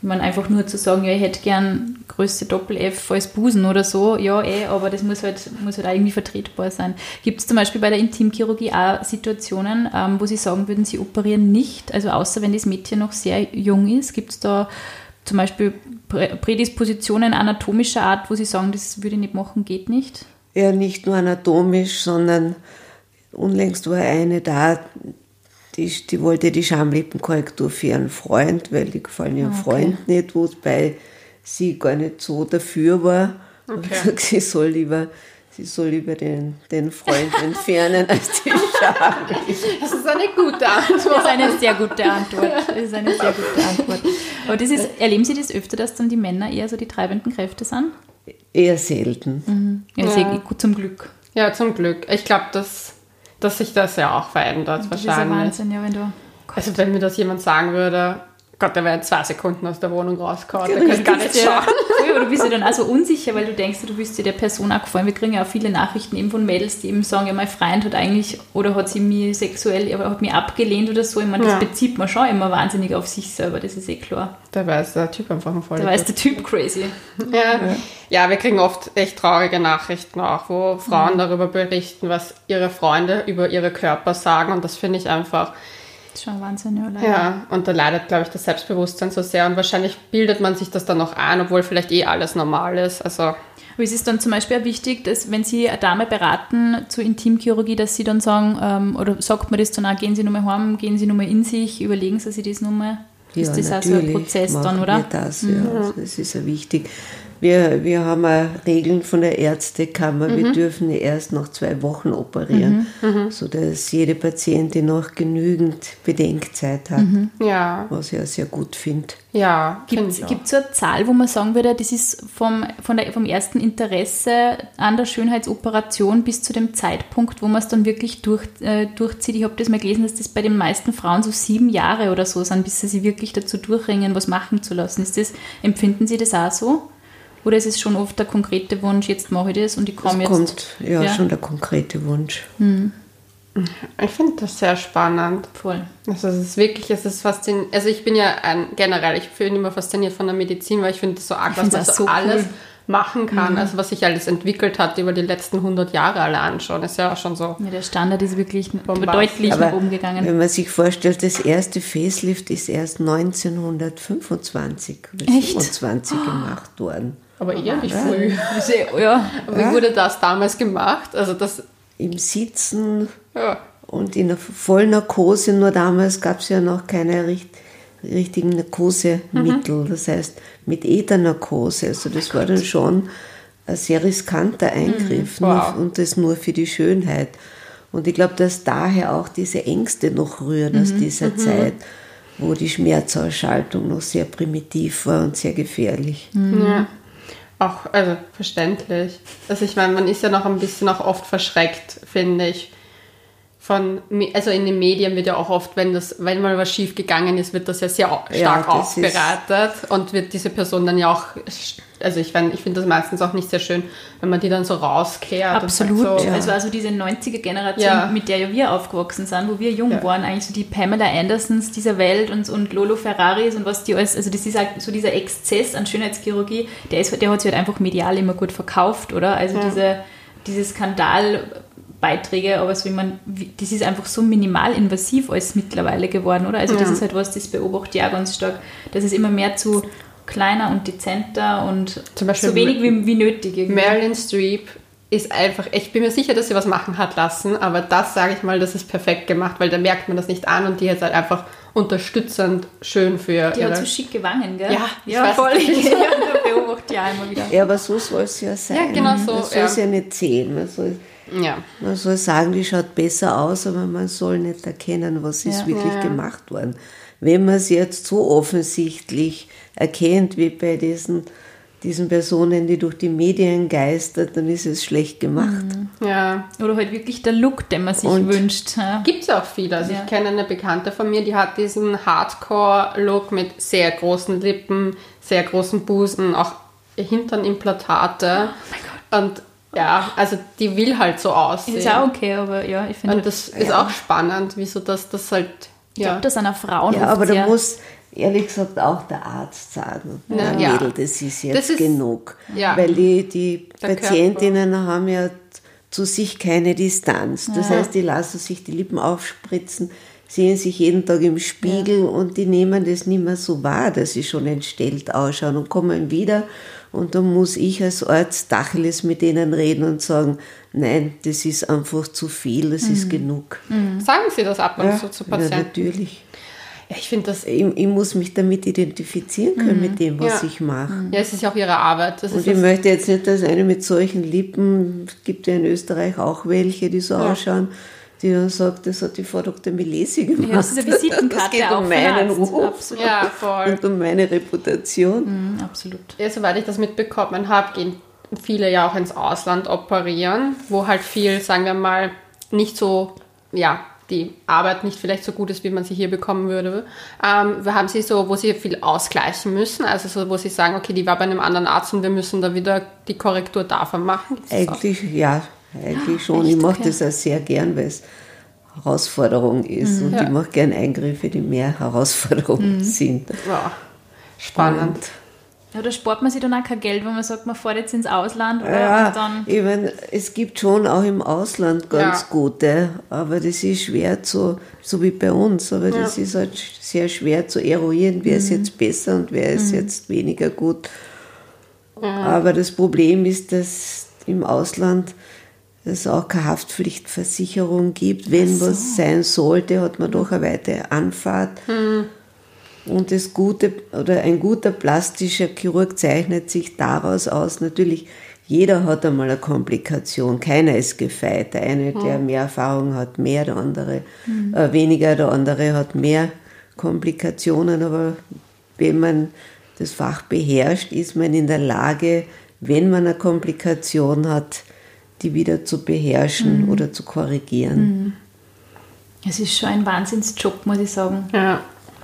Speaker 2: Ich meine, einfach nur zu sagen, ja, ich hätte gern Größe Doppel-F als Busen oder so, ja, eh, aber das muss halt, muss halt auch irgendwie vertretbar sein. Gibt es zum Beispiel bei der Intimchirurgie auch Situationen, ähm, wo Sie sagen würden, Sie operieren nicht, also außer wenn das Mädchen noch sehr jung ist, gibt es da zum Beispiel Prädispositionen anatomischer Art, wo Sie sagen, das würde ich nicht machen, geht nicht?
Speaker 3: Ja, nicht nur anatomisch, sondern unlängst war eine da, die, die wollte die Schamlippenkorrektur für ihren Freund, weil die gefallen ihrem
Speaker 2: Okay.
Speaker 3: Freund nicht, wobei sie gar nicht so dafür war.
Speaker 1: Okay.
Speaker 3: Und sagt, sie soll lieber, sie soll lieber den, den Freund entfernen als die Schamlippen.
Speaker 1: Das ist eine gute
Speaker 2: Das ist
Speaker 1: Antwort.
Speaker 2: eine sehr gute Antwort. Das ist eine sehr gute Antwort. Aber das ist, erleben Sie das öfter, dass dann die Männer eher so die treibenden Kräfte sind?
Speaker 3: Eher selten.
Speaker 2: Ja,
Speaker 1: Ja.
Speaker 2: sehr gut, zum Glück.
Speaker 1: Ja, zum Glück. Ich glaube, dass, dass sich das ja auch verändert,
Speaker 2: Das ist ja
Speaker 1: wahrscheinlich.
Speaker 2: Wahnsinn, ja, wenn du...
Speaker 1: Also wenn mir das jemand sagen würde, Gott, der wäre in zwei Sekunden aus der Wohnung rausgehauen, der könnte gar nicht schauen.
Speaker 2: Oder du bist ja dann auch so unsicher, weil du denkst, du bist dir der Person auch gefallen. Wir kriegen ja auch viele Nachrichten eben von Mädels, die eben sagen, ja, mein Freund hat eigentlich, oder hat sie mich sexuell, aber hat mich abgelehnt oder so. Ich meine, das
Speaker 1: Ja.
Speaker 2: bezieht man schon immer wahnsinnig auf sich selber, das ist eh klar.
Speaker 1: Dabei ist der Typ einfach ein
Speaker 2: Da
Speaker 1: Vollidiot.
Speaker 2: ist der Typ crazy.
Speaker 1: Ja. Ja, wir kriegen oft echt traurige Nachrichten auch, wo Frauen darüber berichten, was ihre Freunde über ihre Körper sagen. Und das finde ich einfach,
Speaker 2: Das ist schon Wahnsinn, ja, leider.
Speaker 1: ja, und da leidet, glaube ich, das Selbstbewusstsein so sehr. Und wahrscheinlich bildet man sich das dann noch ein, obwohl vielleicht eh alles normal ist. Also,
Speaker 2: Aber es ist dann zum Beispiel auch wichtig, dass wenn Sie eine Dame beraten zur Intimchirurgie, dass Sie dann sagen, ähm, oder sagt man das dann auch, gehen Sie nochmal heim, gehen Sie nochmal in sich, überlegen Sie sich das nochmal? Ist das auch so ein Prozess dann, oder?
Speaker 3: Wir das, ja. Also das ist ja wichtig. Wir, wir haben auch Regeln von der Ärztekammer.
Speaker 2: Mhm.
Speaker 3: Wir dürfen erst nach zwei Wochen operieren, sodass jede Patientin noch genügend Bedenkzeit hat,
Speaker 2: Mhm.
Speaker 1: ja,
Speaker 3: was ich auch sehr gut finde.
Speaker 1: ja.
Speaker 2: Gibt
Speaker 1: finde ich auch.
Speaker 2: es so eine Zahl, wo man sagen würde, das ist vom, von der, vom ersten Interesse an der Schönheitsoperation bis zu dem Zeitpunkt, wo man es dann wirklich durch, äh, durchzieht? Ich habe das mal gelesen, dass das bei den meisten Frauen so sieben Jahre oder so sind, bis sie sich wirklich dazu durchringen, was machen zu lassen. Ist das, empfinden Sie das auch so? Oder ist es schon oft der konkrete Wunsch, jetzt mache ich das und ich
Speaker 3: Es
Speaker 2: komme jetzt...
Speaker 3: kommt ja,
Speaker 2: Ja.
Speaker 3: schon der konkrete Wunsch.
Speaker 1: Ich finde das sehr spannend.
Speaker 2: Voll.
Speaker 1: Also es ist wirklich, es ist faszinierend. Also ich bin ja ein, generell, ich bin immer fasziniert von der Medizin, weil ich finde das so arg,
Speaker 2: Ich
Speaker 1: was
Speaker 2: find
Speaker 1: man
Speaker 2: das
Speaker 1: so
Speaker 2: so
Speaker 1: alles
Speaker 2: cool.
Speaker 1: machen kann. Also was sich alles entwickelt hat über die letzten hundert Jahre allein schon. Ist ja auch schon so.
Speaker 2: Ja, der Standard ist wirklich
Speaker 1: Bombastisch.
Speaker 2: deutlich nach
Speaker 3: Aber
Speaker 2: oben gegangen.
Speaker 3: wenn man sich vorstellt, das erste Facelift ist erst neunzehnhundertfünfundzwanzig oder
Speaker 2: Echt?
Speaker 3: siebenundzwanzig gemacht worden.
Speaker 1: Aber eher nicht früh.
Speaker 2: Ja,
Speaker 1: Aber wie wurde das damals gemacht? Also das,
Speaker 3: Im Sitzen
Speaker 1: ja.
Speaker 3: und in der Vollnarkose, nur damals gab es ja noch keine richt richtigen Narkosemittel,
Speaker 1: Mhm.
Speaker 3: das heißt mit Ethernarkose. Also das war dann schon ein sehr riskanter Eingriff
Speaker 1: Mhm. Wow.
Speaker 3: nur, und das nur für die Schönheit. Und ich glaube, dass daher auch diese Ängste noch rühren
Speaker 1: Mhm.
Speaker 3: aus dieser Zeit, wo die Schmerzausschaltung noch sehr primitiv war und sehr gefährlich.
Speaker 1: Ja. Auch, also verständlich. Also ich meine, man ist ja noch ein bisschen auch oft verschreckt, finde ich. Von, also in den Medien wird ja auch oft, wenn das, wenn mal was schief gegangen ist, wird das ja sehr stark
Speaker 3: Ja, das ist-
Speaker 1: aufbereitet und wird diese Person dann ja auch, also ich meine, ich finde das meistens auch nicht sehr schön, wenn man die dann so rauskehrt.
Speaker 2: absolut.
Speaker 1: Und sagt so,
Speaker 2: Es war so diese neunziger-Generation,
Speaker 1: Ja.
Speaker 2: mit der ja wir aufgewachsen sind, wo wir jung
Speaker 1: Ja.
Speaker 2: waren, eigentlich so die Pamela Andersons dieser Welt und, und Lolo Ferraris und was die alles, also das ist halt so dieser Exzess an Schönheitschirurgie, der, ist, der hat sich halt einfach medial immer gut verkauft, oder? Also diese, diese Skandalbeiträge, aber so wie man, wie, das ist einfach so minimalinvasiv alles mittlerweile geworden, oder? Also das
Speaker 1: Ja.
Speaker 2: ist halt was, das beobachte ich auch ganz stark, dass es immer mehr zu kleiner und dezenter und
Speaker 1: Zum Beispiel
Speaker 2: so wenig wie, wie nötig irgendwie.
Speaker 1: Meryl Streep ist einfach, ich bin mir sicher, dass sie was machen hat lassen, aber das, sage ich mal, das ist perfekt gemacht, weil da merkt man das nicht an und die ist halt einfach unterstützend schön für
Speaker 2: Die
Speaker 1: ihre...
Speaker 2: hat so schicke Wangen, gell?
Speaker 1: Ja, ich
Speaker 2: ja
Speaker 1: weiß
Speaker 2: voll.
Speaker 1: nicht.
Speaker 2: ja, da beobachte ich auch immer wieder.
Speaker 3: Ja, aber so soll es ja sein.
Speaker 1: Ja, genau so,
Speaker 3: Man soll es
Speaker 1: ja.
Speaker 3: ja nicht sehen. Man soll,
Speaker 1: ja.
Speaker 3: man soll sagen, die schaut besser aus, aber man soll nicht erkennen, was ist
Speaker 2: Ja.
Speaker 3: wirklich
Speaker 1: Ja.
Speaker 3: gemacht worden. Wenn man es jetzt so offensichtlich erkennt, wie bei diesen, diesen Personen, die durch die Medien geistern, dann ist es schlecht gemacht.
Speaker 1: ja.
Speaker 2: Oder halt wirklich der Look, den man sich
Speaker 3: Und-
Speaker 2: wünscht. Ja.
Speaker 1: Gibt es auch viele. Also
Speaker 2: Ja.
Speaker 1: ich kenne eine Bekannte von mir, die hat diesen Hardcore-Look mit sehr großen Lippen, sehr großen Busen, auch Hinternimplantate.
Speaker 2: Oh
Speaker 1: und ja, also die will halt so aussehen.
Speaker 2: Ist auch okay, aber ja, ich finde,
Speaker 1: Und das ist
Speaker 3: Ja.
Speaker 1: auch spannend, wieso das, das halt,
Speaker 2: ich
Speaker 1: ja.
Speaker 2: glaube, dass einer Frauen
Speaker 3: Ja,
Speaker 2: oft
Speaker 3: aber
Speaker 2: sehr,
Speaker 3: da muss, ehrlich gesagt auch der Arzt sagen,
Speaker 1: Na,
Speaker 3: ja,
Speaker 1: ja.
Speaker 3: Mädel, das ist jetzt
Speaker 1: Das ist-
Speaker 3: genug.
Speaker 1: ja.
Speaker 3: Weil die, die
Speaker 1: Der
Speaker 3: Patientinnen haben ja zu sich keine Distanz. Das
Speaker 2: Ja.
Speaker 3: heißt, die lassen sich die Lippen aufspritzen, sehen sich jeden Tag im Spiegel und die nehmen das nicht mehr so wahr, dass sie schon entstellt ausschauen und kommen wieder. Und dann muss ich als Arzt Tacheles mit denen reden und sagen, nein, das ist einfach zu viel, das ist genug.
Speaker 1: Sagen Sie das ab und
Speaker 3: Ja,
Speaker 1: zu zu
Speaker 3: ja,
Speaker 1: Patienten?
Speaker 3: natürlich.
Speaker 1: Ja, ich finde das,
Speaker 3: Ich, ich muss mich damit identifizieren können, mit dem, was
Speaker 1: Ja.
Speaker 3: ich mache.
Speaker 1: ja, es ist ja auch Ihre Arbeit. Das
Speaker 3: Und
Speaker 1: ist
Speaker 3: ich
Speaker 1: das,
Speaker 3: möchte jetzt nicht, dass eine mit solchen Lippen, es gibt ja in Österreich auch welche, die so
Speaker 1: Ja.
Speaker 3: ausschauen, die dann sagt, das hat die Frau Doktor Milesi gemacht.
Speaker 2: Ja, das ist eine Visitenkarte
Speaker 3: das geht
Speaker 2: auch
Speaker 3: um
Speaker 2: für
Speaker 3: meinen
Speaker 2: einen Arzt.
Speaker 3: Ruf
Speaker 2: Absolut.
Speaker 1: ja, voll.
Speaker 3: und um meine Reputation.
Speaker 2: Mhm, absolut.
Speaker 1: Ja, soweit ich das mitbekommen habe, gehen viele ja auch ins Ausland operieren, wo halt viel, sagen wir mal, nicht so, ja, die Arbeit nicht vielleicht so gut ist, wie man sie hier bekommen würde. Ähm, wir haben sie so, wo sie viel ausgleichen müssen, also so, wo sie sagen, okay, die war bei einem anderen Arzt und wir müssen da wieder die Korrektur davon machen. Gibt's das auch?
Speaker 3: Eigentlich, ja, eigentlich schon.
Speaker 2: echt?
Speaker 3: Ich mache
Speaker 2: Okay.
Speaker 3: das auch sehr gern, weil es Herausforderung ist. Und
Speaker 1: Ja.
Speaker 3: ich mache gern Eingriffe, die mehr Herausforderung sind.
Speaker 1: Ja, spannend.
Speaker 2: Ja, da spart man sich dann auch kein Geld, wenn man sagt, man fährt jetzt ins Ausland oder?
Speaker 3: Ja,
Speaker 2: Und dann,
Speaker 3: ich mein, es gibt schon auch im Ausland ganz
Speaker 1: Ja.
Speaker 3: gute, aber das ist schwer zu, so wie bei uns, aber das ist halt sehr schwer zu eruieren, wer ist jetzt besser und wer ist jetzt weniger gut. Aber das Problem ist, dass im Ausland es auch keine Haftpflichtversicherung gibt. Wenn was sein sollte, hat man doch eine weite Anfahrt. Und das Gute oder ein guter plastischer Chirurg zeichnet sich daraus aus, natürlich, jeder hat einmal eine Komplikation, keiner ist gefeit. Der eine, der mehr Erfahrung hat, mehr, der andere äh, weniger, der andere hat mehr Komplikationen, aber wenn man das Fach beherrscht, ist man in der Lage, wenn man eine Komplikation hat, die wieder zu beherrschen oder zu korrigieren.
Speaker 2: es ist schon ein Wahnsinnsjob, muss ich sagen.
Speaker 1: Ja.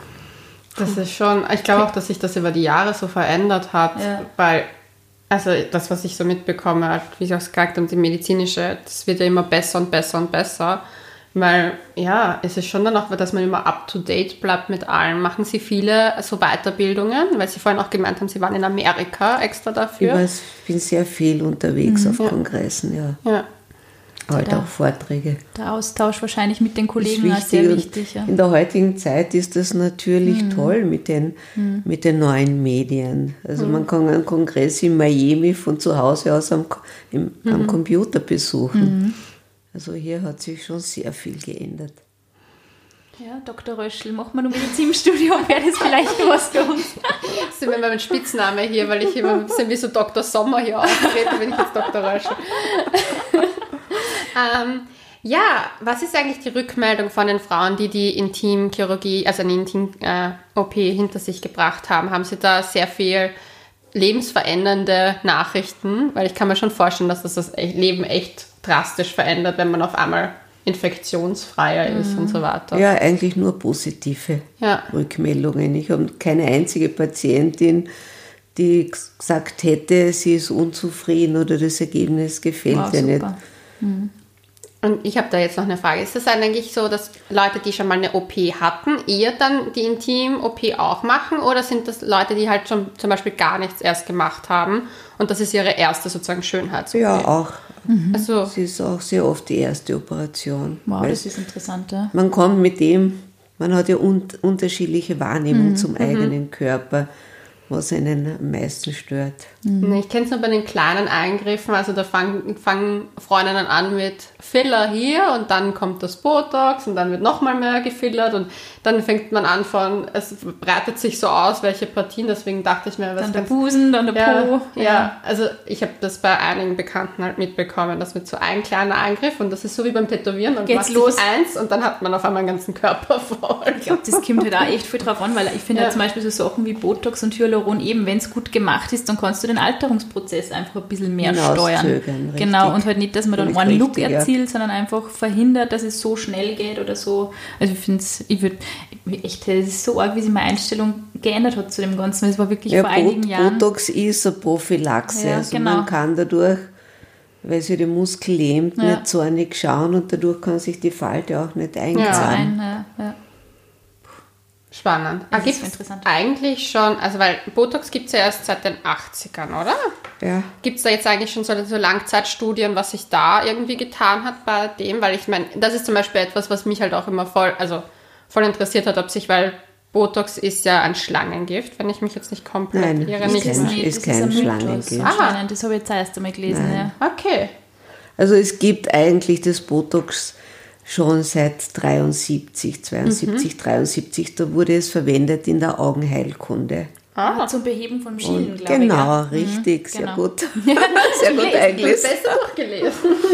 Speaker 1: Das ist schon, ich glaube auch, dass sich das über die Jahre so verändert hat,
Speaker 2: Ja.
Speaker 1: weil, also das, was ich so mitbekomme, wie ich auch gesagt habe, die medizinische, das wird ja immer besser und besser und besser, weil, ja, es ist schon dann auch, dass man immer up-to-date bleibt mit allem. Machen Sie viele so Weiterbildungen, weil Sie vorhin auch gemeint haben, Sie waren in Amerika extra
Speaker 3: Ich
Speaker 1: dafür.
Speaker 3: weiß, bin sehr viel unterwegs auf Kongressen, ja.
Speaker 1: Ja.
Speaker 3: Halt
Speaker 2: Ja.
Speaker 3: auch Vorträge.
Speaker 2: Der Austausch wahrscheinlich mit den
Speaker 3: Ist
Speaker 2: Kollegen auch sehr
Speaker 3: und
Speaker 2: wichtig. Ja.
Speaker 3: In der heutigen Zeit ist das natürlich toll mit den, mit den neuen Medien. Also man kann einen Kongress in Miami von zu Hause aus am, Ko- im, am Computer besuchen. Also hier hat sich schon sehr viel geändert.
Speaker 2: Ja, Doktor Röschel, machen wir noch Medizinstudium, wäre das vielleicht was für uns.
Speaker 1: Das ist immer mein Spitzname hier, weil ich immer ein bisschen wie so Doktor Sommer hier auftrete, bin ich jetzt Doktor Röschel. ähm, ja, was ist eigentlich die Rückmeldung von den Frauen, die die Intimchirurgie, also eine Intim-O P hinter sich gebracht haben? Haben sie da sehr viel lebensverändernde Nachrichten? Weil ich kann mir schon vorstellen, dass das das Leben echt drastisch verändert, wenn man auf einmal infektionsfreier ist und so weiter.
Speaker 3: Ja, eigentlich nur positive
Speaker 1: Ja.
Speaker 3: Rückmeldungen. Ich habe keine einzige Patientin, die gesagt hätte, sie ist unzufrieden oder das Ergebnis gefällt
Speaker 2: Wow,
Speaker 3: ihr nicht.
Speaker 2: super.
Speaker 1: Und ich habe da jetzt noch eine Frage. Ist es eigentlich so, dass Leute, die schon mal eine O P hatten, eher dann die Intim-O P auch machen? Oder sind das Leute, die halt schon zum Beispiel gar nichts erst gemacht haben und das ist ihre erste sozusagen Schönheits-O P?
Speaker 3: Ja, auch.
Speaker 1: Also,
Speaker 3: Es ist auch sehr oft die erste Operation.
Speaker 2: Wow,
Speaker 3: Weil
Speaker 2: das ist interessant. Ja.
Speaker 3: man kommt mit dem, man hat ja un unterschiedliche Wahrnehmung zum eigenen Körper, was einen am meisten stört.
Speaker 1: ich kenne es nur bei den kleinen Eingriffen. Also da fangen, fangen Freundinnen an mit Filler hier und dann kommt das Botox und dann wird nochmal mehr gefillert und dann fängt man an von, es breitet sich so aus, welche Partien. Deswegen dachte ich mir, was
Speaker 2: Dann der
Speaker 1: ganz
Speaker 2: Busen, dann der
Speaker 1: Ja,
Speaker 2: Po.
Speaker 1: ja, also ich habe das bei einigen Bekannten halt mitbekommen, dass mit so ein kleiner Eingriff und das ist so wie beim Tätowieren, dann
Speaker 2: Geht's
Speaker 1: macht
Speaker 2: los.
Speaker 1: sich eins und dann hat man auf einmal einen ganzen Körper voll.
Speaker 2: Ich glaube, das kommt halt auch echt viel drauf an, weil ich finde
Speaker 1: Ja.
Speaker 2: ja. zum Beispiel so Sachen wie Botox und Hyaluron, eben wenn es gut gemacht ist, dann kannst du den Alterungsprozess einfach ein bisschen mehr steuern.
Speaker 3: Hinauszögern, richtig.
Speaker 2: Genau, und halt nicht, dass man dann
Speaker 3: Völlig
Speaker 2: einen Look
Speaker 3: richtig, ja.
Speaker 2: erzielt, sondern einfach verhindert, dass es so schnell geht oder so. Also ich finde es, ich würde, echt, es ist so arg, wie sich meine Einstellung geändert hat zu dem Ganzen. Es war wirklich
Speaker 3: Ja,
Speaker 2: vor einigen
Speaker 3: Bot
Speaker 2: Jahren.
Speaker 3: Botox ist eine Prophylaxe.
Speaker 2: Ja,
Speaker 3: also
Speaker 2: genau.
Speaker 3: man kann dadurch, weil sich der Muskel lähmt,
Speaker 2: Ja.
Speaker 3: nicht zornig schauen und dadurch kann sich die Falte auch nicht
Speaker 1: Ja.
Speaker 3: einzahnen.
Speaker 2: Nein, ja, ja.
Speaker 1: Spannend. Ah, gibt es eigentlich schon, also weil Botox gibt es ja erst seit den achtzigern, oder?
Speaker 3: Ja.
Speaker 1: Gibt es da jetzt eigentlich schon so, so Langzeitstudien, was sich da irgendwie getan hat bei dem? Weil ich meine, das ist zum Beispiel etwas, was mich halt auch immer voll, also voll interessiert hat, ob sich, weil Botox ist ja ein Schlangengift, wenn ich mich jetzt nicht komplett
Speaker 3: Nein,
Speaker 1: irre.
Speaker 3: ist
Speaker 1: Nicht
Speaker 3: kein,
Speaker 2: nicht,
Speaker 3: ist
Speaker 2: das
Speaker 3: kein
Speaker 2: ist ein
Speaker 3: Schlangengift.
Speaker 2: Mythos anscheinend. Das habe ich jetzt erst einmal gelesen. Ja.
Speaker 1: Okay.
Speaker 3: Also es gibt eigentlich das Botox schon seit dreiundsiebzig, zweiundsiebzig,
Speaker 1: Mhm.
Speaker 3: dreiundsiebzig, da wurde es verwendet in der Augenheilkunde.
Speaker 2: Ah. Zum Beheben von Schienen, glaube ich.
Speaker 3: Genau,
Speaker 2: Ja.
Speaker 3: richtig,
Speaker 2: Mhm,
Speaker 3: sehr
Speaker 2: genau.
Speaker 3: gut. Sehr gut eingelesen.
Speaker 1: Besser durchgelesen.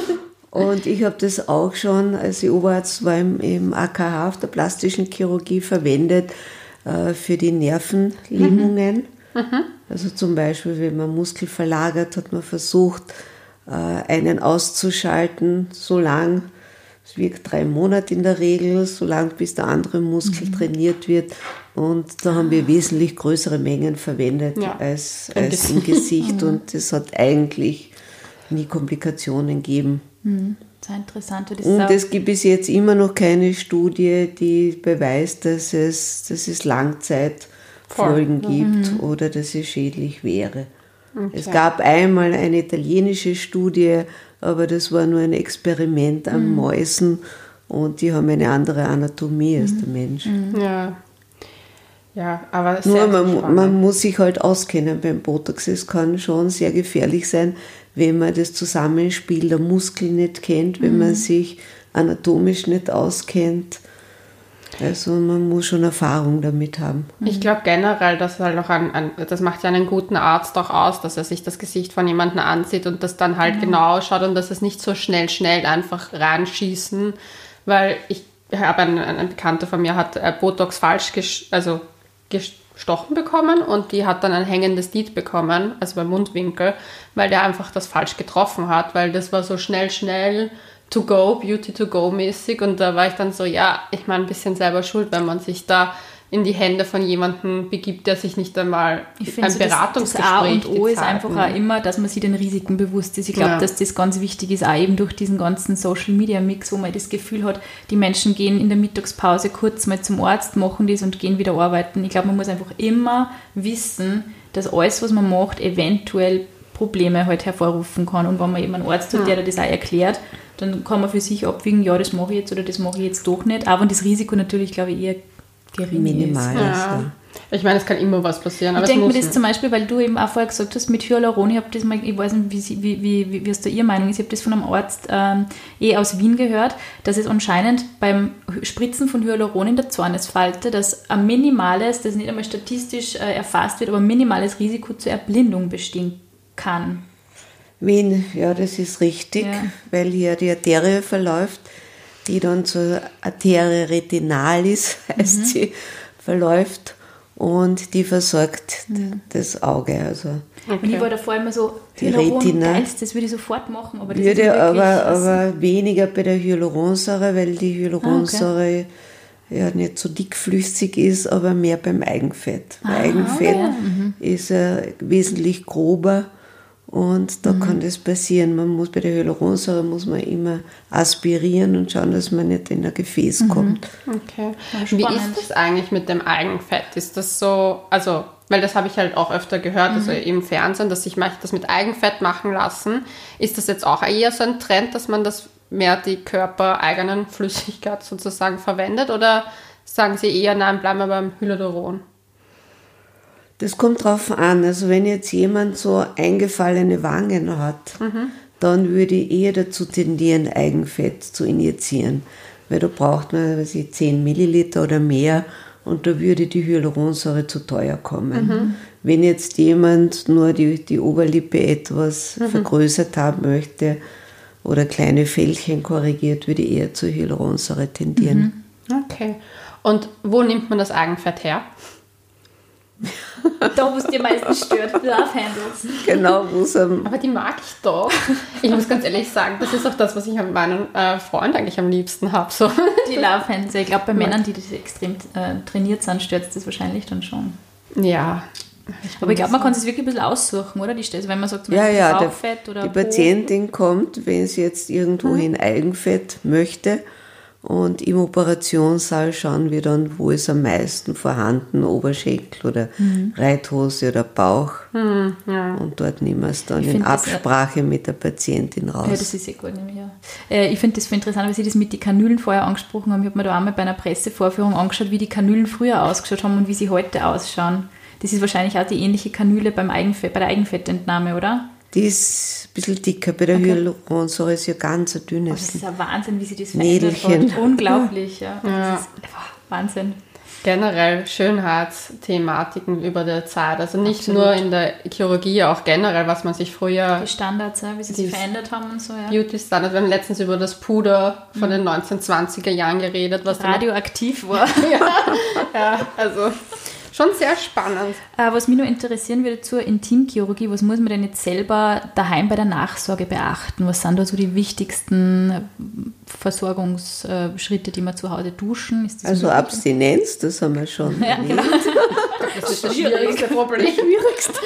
Speaker 3: Und ich habe das auch schon, als ich Oberarzt war im, im A K H auf der plastischen Chirurgie verwendet äh, für die Nervenlähmungen.
Speaker 1: Mhm.
Speaker 3: Also zum Beispiel, wenn man Muskel verlagert, hat man versucht, äh, einen auszuschalten, so lang, es wirkt drei Monate in der Regel, so lang bis der andere Muskel mhm. trainiert wird. Und da haben wir wesentlich größere Mengen verwendet
Speaker 1: ja.
Speaker 3: als,
Speaker 1: Im
Speaker 3: als
Speaker 1: Gesicht.
Speaker 3: im Gesicht. Und das hat eigentlich nie Komplikationen gegeben.
Speaker 2: Mhm. Sehr interessant. Das
Speaker 3: Und es gibt bis jetzt immer noch keine Studie, die beweist, dass es, dass es Langzeitfolgen
Speaker 1: Voll.
Speaker 3: gibt
Speaker 2: Mhm.
Speaker 3: oder dass es schädlich wäre.
Speaker 1: Okay.
Speaker 3: Es gab einmal eine italienische Studie, aber das war nur ein Experiment an
Speaker 2: Mhm.
Speaker 3: Mäusen und die haben eine andere Anatomie als der Mensch.
Speaker 1: Ja. Ja, aber
Speaker 3: Nur
Speaker 1: sehr
Speaker 3: man,
Speaker 1: spannend.
Speaker 3: man muss sich halt auskennen beim Botox. Es kann schon sehr gefährlich sein, wenn man das Zusammenspiel der Muskeln nicht kennt, wenn man sich anatomisch nicht auskennt. Also man muss schon Erfahrung damit haben.
Speaker 1: Ich glaube generell, dass halt auch ein, ein, das macht ja einen guten Arzt auch aus, dass er sich das Gesicht von jemandem ansieht und das dann halt genau schaut und dass es nicht so schnell, schnell einfach reinschießen, weil ich habe einen, ein Bekannter von mir hat Botox falsch gesch- also gestochen bekommen und die hat dann ein hängendes Lid bekommen, also beim Mundwinkel, weil der einfach das falsch getroffen hat, weil das war so schnell, schnell to go, Beauty to go mäßig und da war ich dann so, ja, ich meine, ein bisschen selber schuld, wenn man sich da in die Hände von jemandem begibt, der sich nicht einmal
Speaker 2: Ich finde
Speaker 1: ein
Speaker 2: so, das,
Speaker 1: Beratungsgespräch
Speaker 2: das A und O ist
Speaker 1: gezahlt.
Speaker 2: einfach auch immer, dass man sich den Risiken bewusst ist. Ich glaube,
Speaker 1: Ja.
Speaker 2: dass das ganz wichtig ist, auch eben durch diesen ganzen Social-Media-Mix, wo man das Gefühl hat, die Menschen gehen in der Mittagspause kurz mal zum Arzt, machen das und gehen wieder arbeiten. Ich glaube, man muss einfach immer wissen, dass alles, was man macht, eventuell Probleme halt hervorrufen kann. Und wenn man eben einen Arzt hat, der dir das auch erklärt, dann kann man für sich abwägen, ja, das mache ich jetzt oder das mache ich jetzt doch nicht. Auch wenn das Risiko natürlich, glaube ich, eher gering
Speaker 3: Minimal.
Speaker 2: ist.
Speaker 1: Ja. Ich meine, es kann immer was passieren, aber
Speaker 2: Ich
Speaker 1: es
Speaker 2: denke
Speaker 1: muss
Speaker 2: mir das
Speaker 1: nicht.
Speaker 2: zum Beispiel, weil du eben auch vorher gesagt hast, mit Hyaluron, ich habe das mal, ich weiß nicht, wie, sie- wie, wie, wie, wie ist da Ihre Meinung ist, ich habe das von einem Arzt ähm, eh aus Wien gehört, dass es anscheinend beim Spritzen von Hyaluron in der Zornesfalte, dass ein minimales, das nicht einmal statistisch äh, erfasst wird, aber ein minimales Risiko zur Erblindung bestehen kann.
Speaker 3: Wen, ja, das ist richtig,
Speaker 2: Ja.
Speaker 3: weil hier die Arterie verläuft, die dann zur Arterie retinalis, heißt
Speaker 2: Mhm.
Speaker 3: sie, verläuft und die versorgt das Auge. Also
Speaker 2: Und ich war davor immer so,
Speaker 3: Die
Speaker 2: Hyaluron,
Speaker 3: Retina
Speaker 2: geilst, das würde ich sofort machen, aber das ist
Speaker 3: würde
Speaker 2: wirklich,
Speaker 3: aber,
Speaker 2: also-
Speaker 3: aber weniger bei der Hyaluronsäure, weil die Hyaluronsäure ja nicht so dickflüssig ist, aber mehr beim Eigenfett. Weil
Speaker 2: Ah,
Speaker 3: Eigenfett
Speaker 2: okay.
Speaker 3: ist ja wesentlich grober und da kann das passieren. Man muss bei der Hyaluronsäure muss man immer aspirieren und schauen, dass man nicht in ein Gefäß kommt.
Speaker 1: Okay.
Speaker 2: Ja,
Speaker 1: Wie
Speaker 2: spannend.
Speaker 1: ist das eigentlich mit dem Eigenfett? Ist das so, also, weil das habe ich halt auch öfter gehört, also im Fernsehen, dass sich manche das mit Eigenfett machen lassen. Ist das jetzt auch eher so ein Trend, dass man das mehr die körpereigenen Flüssigkeit sozusagen verwendet oder sagen Sie eher, nein, bleiben wir beim Hyaluron?
Speaker 3: Das kommt drauf an. Also wenn jetzt jemand so eingefallene Wangen hat, dann würde ich eher dazu tendieren, Eigenfett zu injizieren. Weil da braucht man, weiß ich, zehn Milliliter oder mehr und da würde die Hyaluronsäure zu teuer kommen. Wenn jetzt jemand nur die, die Oberlippe etwas vergrößert haben möchte oder kleine Fältchen korrigiert, würde ich eher zur Hyaluronsäure tendieren.
Speaker 1: Okay. Und wo nimmt man das Eigenfett her?
Speaker 2: Da, wo es dir meistens stört, Love Handles.
Speaker 3: Genau, wo es am
Speaker 1: Aber die mag ich doch. Ich muss ganz ehrlich sagen, das ist auch das, was ich an meinem äh, Freund eigentlich am liebsten habe. So.
Speaker 2: Die Love Handles. Ich glaube, bei Männern, die das extrem äh, trainiert sind, stört es das wahrscheinlich dann schon.
Speaker 1: Ja.
Speaker 2: Aber ich glaube, man kann es wirklich ein bisschen aussuchen, oder? Die Stelle, also wenn man sagt, zum
Speaker 3: Ja,
Speaker 2: Beispiel
Speaker 3: ja, der,
Speaker 2: Bauchfett oder
Speaker 3: die
Speaker 2: Po.
Speaker 3: Patientin kommt, wenn sie jetzt irgendwohin Eigenfett möchte Und im Operationssaal schauen wir dann, wo ist am meisten vorhanden, Oberschenkel oder mhm. Reithose oder Bauch. Mhm, ja. Und dort nehmen wir es dann ich in Absprache das, mit der Patientin raus.
Speaker 2: Ja, das ist sehr gut, nämlich, ja. Äh, ich finde das voll interessant, weil Sie das mit den Kanülen vorher angesprochen haben. Ich habe mir da einmal bei einer Pressevorführung angeschaut, wie die Kanülen früher ausgeschaut haben und wie sie heute ausschauen. Das ist wahrscheinlich auch die ähnliche Kanüle beim Eigenfett, bei der Eigenfettentnahme, oder?
Speaker 3: Die ist ein bisschen dicker, bei der okay. Hyaluronsäure ist ja ganz ein dünnes.
Speaker 2: Oh, das ist ein Wahnsinn, wie sie das verändert hat. Unglaublich, ja. ja. Das ist oh, Wahnsinn.
Speaker 1: Generell Schönheitsthematiken über der Zeit. Also nicht Absolut. Nur in der Chirurgie, auch generell, was man sich früher...
Speaker 2: Die Standards, ja, wie sie sich verändert haben und so, ja.
Speaker 1: Beauty Standards. Wir haben letztens über das Puder von mhm. den neunzehnhundertzwanziger Jahren geredet. Was
Speaker 2: radioaktiv war.
Speaker 1: ja, ja, also... Schon sehr spannend.
Speaker 2: Äh, was mich nur interessieren würde zur Intimchirurgie, was muss man denn jetzt selber daheim bei der Nachsorge beachten? Was sind da so die wichtigsten Versorgungsschritte, die man zu Hause duschen? Ist das
Speaker 3: also möglich? Abstinenz, das haben wir schon. Ja, genau.
Speaker 1: Das ist das schwierigste Problem.
Speaker 3: Das schwierigste.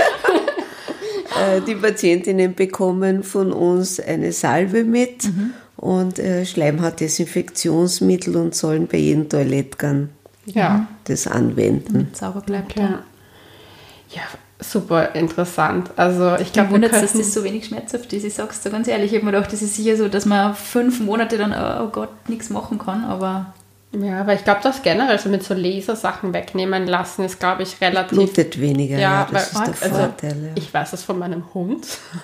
Speaker 3: Die Patientinnen bekommen von uns eine Salbe mit mhm. und Schleimhautdesinfektionsmittel und sollen bei jedem Toilettgang ja. das anwenden.
Speaker 2: Damit sauber bleibt.
Speaker 1: Okay. Ja. ja, super interessant. Also ich glaube,
Speaker 2: wundert es, dass das so wenig schmerzhaft ist. Ich sage es dir ganz ehrlich, ich habe mir gedacht, das ist sicher so, dass man fünf Monate dann, oh Gott, nichts machen kann, aber...
Speaker 1: Ja, aber ich glaube, das generell so mit so Lasersachen wegnehmen lassen ist, glaube ich, relativ...
Speaker 3: Blutet weniger, ja, ja das
Speaker 1: weil,
Speaker 3: ist der
Speaker 1: also,
Speaker 3: Vorteil. Ja.
Speaker 1: Ich weiß das von meinem Hund.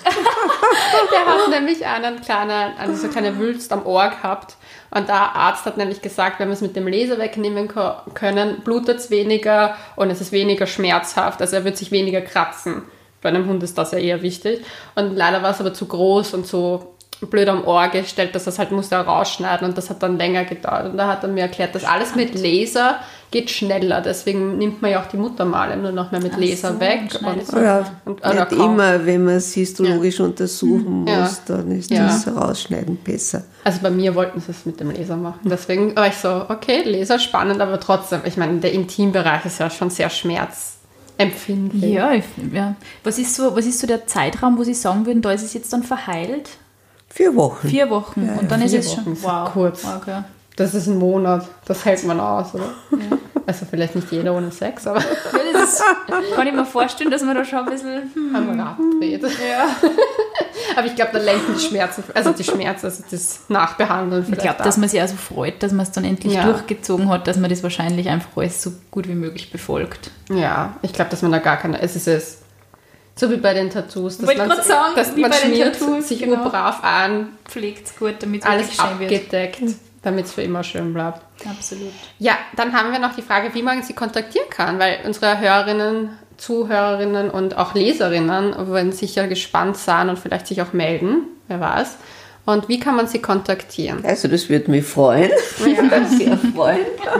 Speaker 1: Der hat nämlich einen kleinen, also so eine kleine Wülst am Ohr gehabt. Und der Arzt hat nämlich gesagt, wenn wir es mit dem Laser wegnehmen können, blutet es weniger und es ist weniger schmerzhaft. Also er wird sich weniger kratzen. Bei einem Hund ist das ja eher wichtig. Und leider war es aber zu groß und so blöd am Ohr gestellt, dass das halt musste er rausschneiden und das hat dann länger gedauert. Und da hat er mir erklärt, dass alles mit Laser geht schneller. Deswegen nimmt man ja auch die Muttermale nur noch mehr mit Laser so, weg. Und,
Speaker 3: und, ja, und, nicht immer, wenn man es histologisch ja. untersuchen ja. muss, dann ist ja. das Rausschneiden besser.
Speaker 1: Also bei mir wollten sie es mit dem Laser machen. Deswegen war ich so, okay, Laser spannend, aber trotzdem, ich meine, der Intimbereich ist ja schon sehr schmerzempfindlich.
Speaker 2: Ja, ich, ja. Was ist so, was ist so der Zeitraum, wo Sie sagen würden, da ist es jetzt dann verheilt?
Speaker 3: Vier Wochen.
Speaker 2: Vier Wochen. Ja, und dann ist es schon
Speaker 1: ist wow. kurz. Okay. Das ist ein Monat. Das hält man aus, oder? Ja. Also vielleicht nicht jeder ohne Sex, aber...
Speaker 2: Ja, das ist, kann ich mir vorstellen, dass man da schon ein bisschen...
Speaker 1: Hm. Am Rad dreht. Ja. Aber ich glaube, da lenken die Schmerzen, also die Schmerzen, also das Nachbehandeln vielleicht.
Speaker 2: Ich glaube, dass man sich also freut, dass man es dann endlich ja. durchgezogen hat, dass man das wahrscheinlich einfach alles so gut wie möglich befolgt.
Speaker 1: Ja, ich glaube, dass man da gar keine... Es ist es... So wie bei den Tattoos, dass
Speaker 2: Wollte
Speaker 1: man,
Speaker 2: sagen,
Speaker 1: dass
Speaker 2: wie
Speaker 1: man
Speaker 2: bei
Speaker 1: schmiert,
Speaker 2: den Tattoos,
Speaker 1: sich
Speaker 2: genau.
Speaker 1: urbrav an,
Speaker 2: pflegt es gut, damit es
Speaker 1: alles
Speaker 2: schön
Speaker 1: abgedeckt, wird. Damit es für immer schön bleibt.
Speaker 2: Absolut.
Speaker 1: Ja, dann haben wir noch die Frage, wie man sie kontaktieren kann, weil unsere Hörerinnen, Zuhörerinnen und auch Leserinnen werden sicher gespannt sein und vielleicht sich auch melden, wer weiß. Und wie kann man sie kontaktieren?
Speaker 3: Also das würde mich freuen, ja. sehr freuen.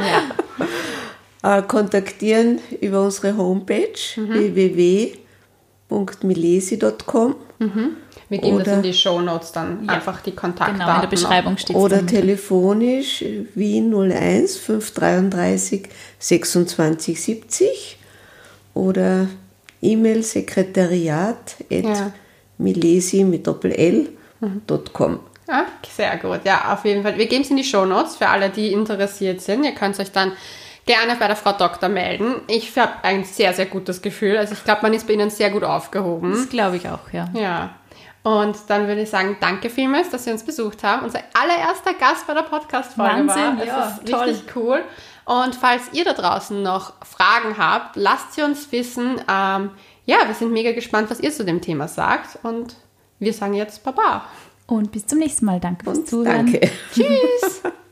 Speaker 3: Ja. Äh, kontaktieren über unsere Homepage mhm. w w w punkt milesi punkt com.
Speaker 1: Mhm. Wir geben oder, das in die Shownotes dann, ja. einfach die Kontaktdaten.
Speaker 2: Genau, in der Beschreibung steht es.
Speaker 3: Oder telefonisch Wien null eins fünf dreiunddreißig sechsundzwanzig siebzig oder E-Mail sekretariat at milesi mit Doppel-L Punkt com.
Speaker 1: Ja, sehr gut. Ja, auf jeden Fall. Wir geben es in die Shownotes für alle, die interessiert sind. Ihr könnt euch dann gerne bei der Frau Doktor melden. Ich habe ein sehr, sehr gutes Gefühl. Also ich glaube, man ist bei Ihnen sehr gut aufgehoben.
Speaker 2: Das glaube ich auch, ja.
Speaker 1: Ja. Und dann würde ich sagen, danke vielmals, dass Sie uns besucht haben. Unser allererster Gast bei der Podcast-Folge war.
Speaker 2: Wahnsinn, ja,
Speaker 1: das ist richtig cool. Und falls ihr da draußen noch Fragen habt, lasst sie uns wissen. Ähm, ja, wir sind mega gespannt, was ihr zu dem Thema sagt. Und wir sagen jetzt Baba.
Speaker 2: Und bis zum nächsten Mal. Danke fürs
Speaker 3: Und
Speaker 2: Zuhören.
Speaker 3: Danke.
Speaker 1: Tschüss.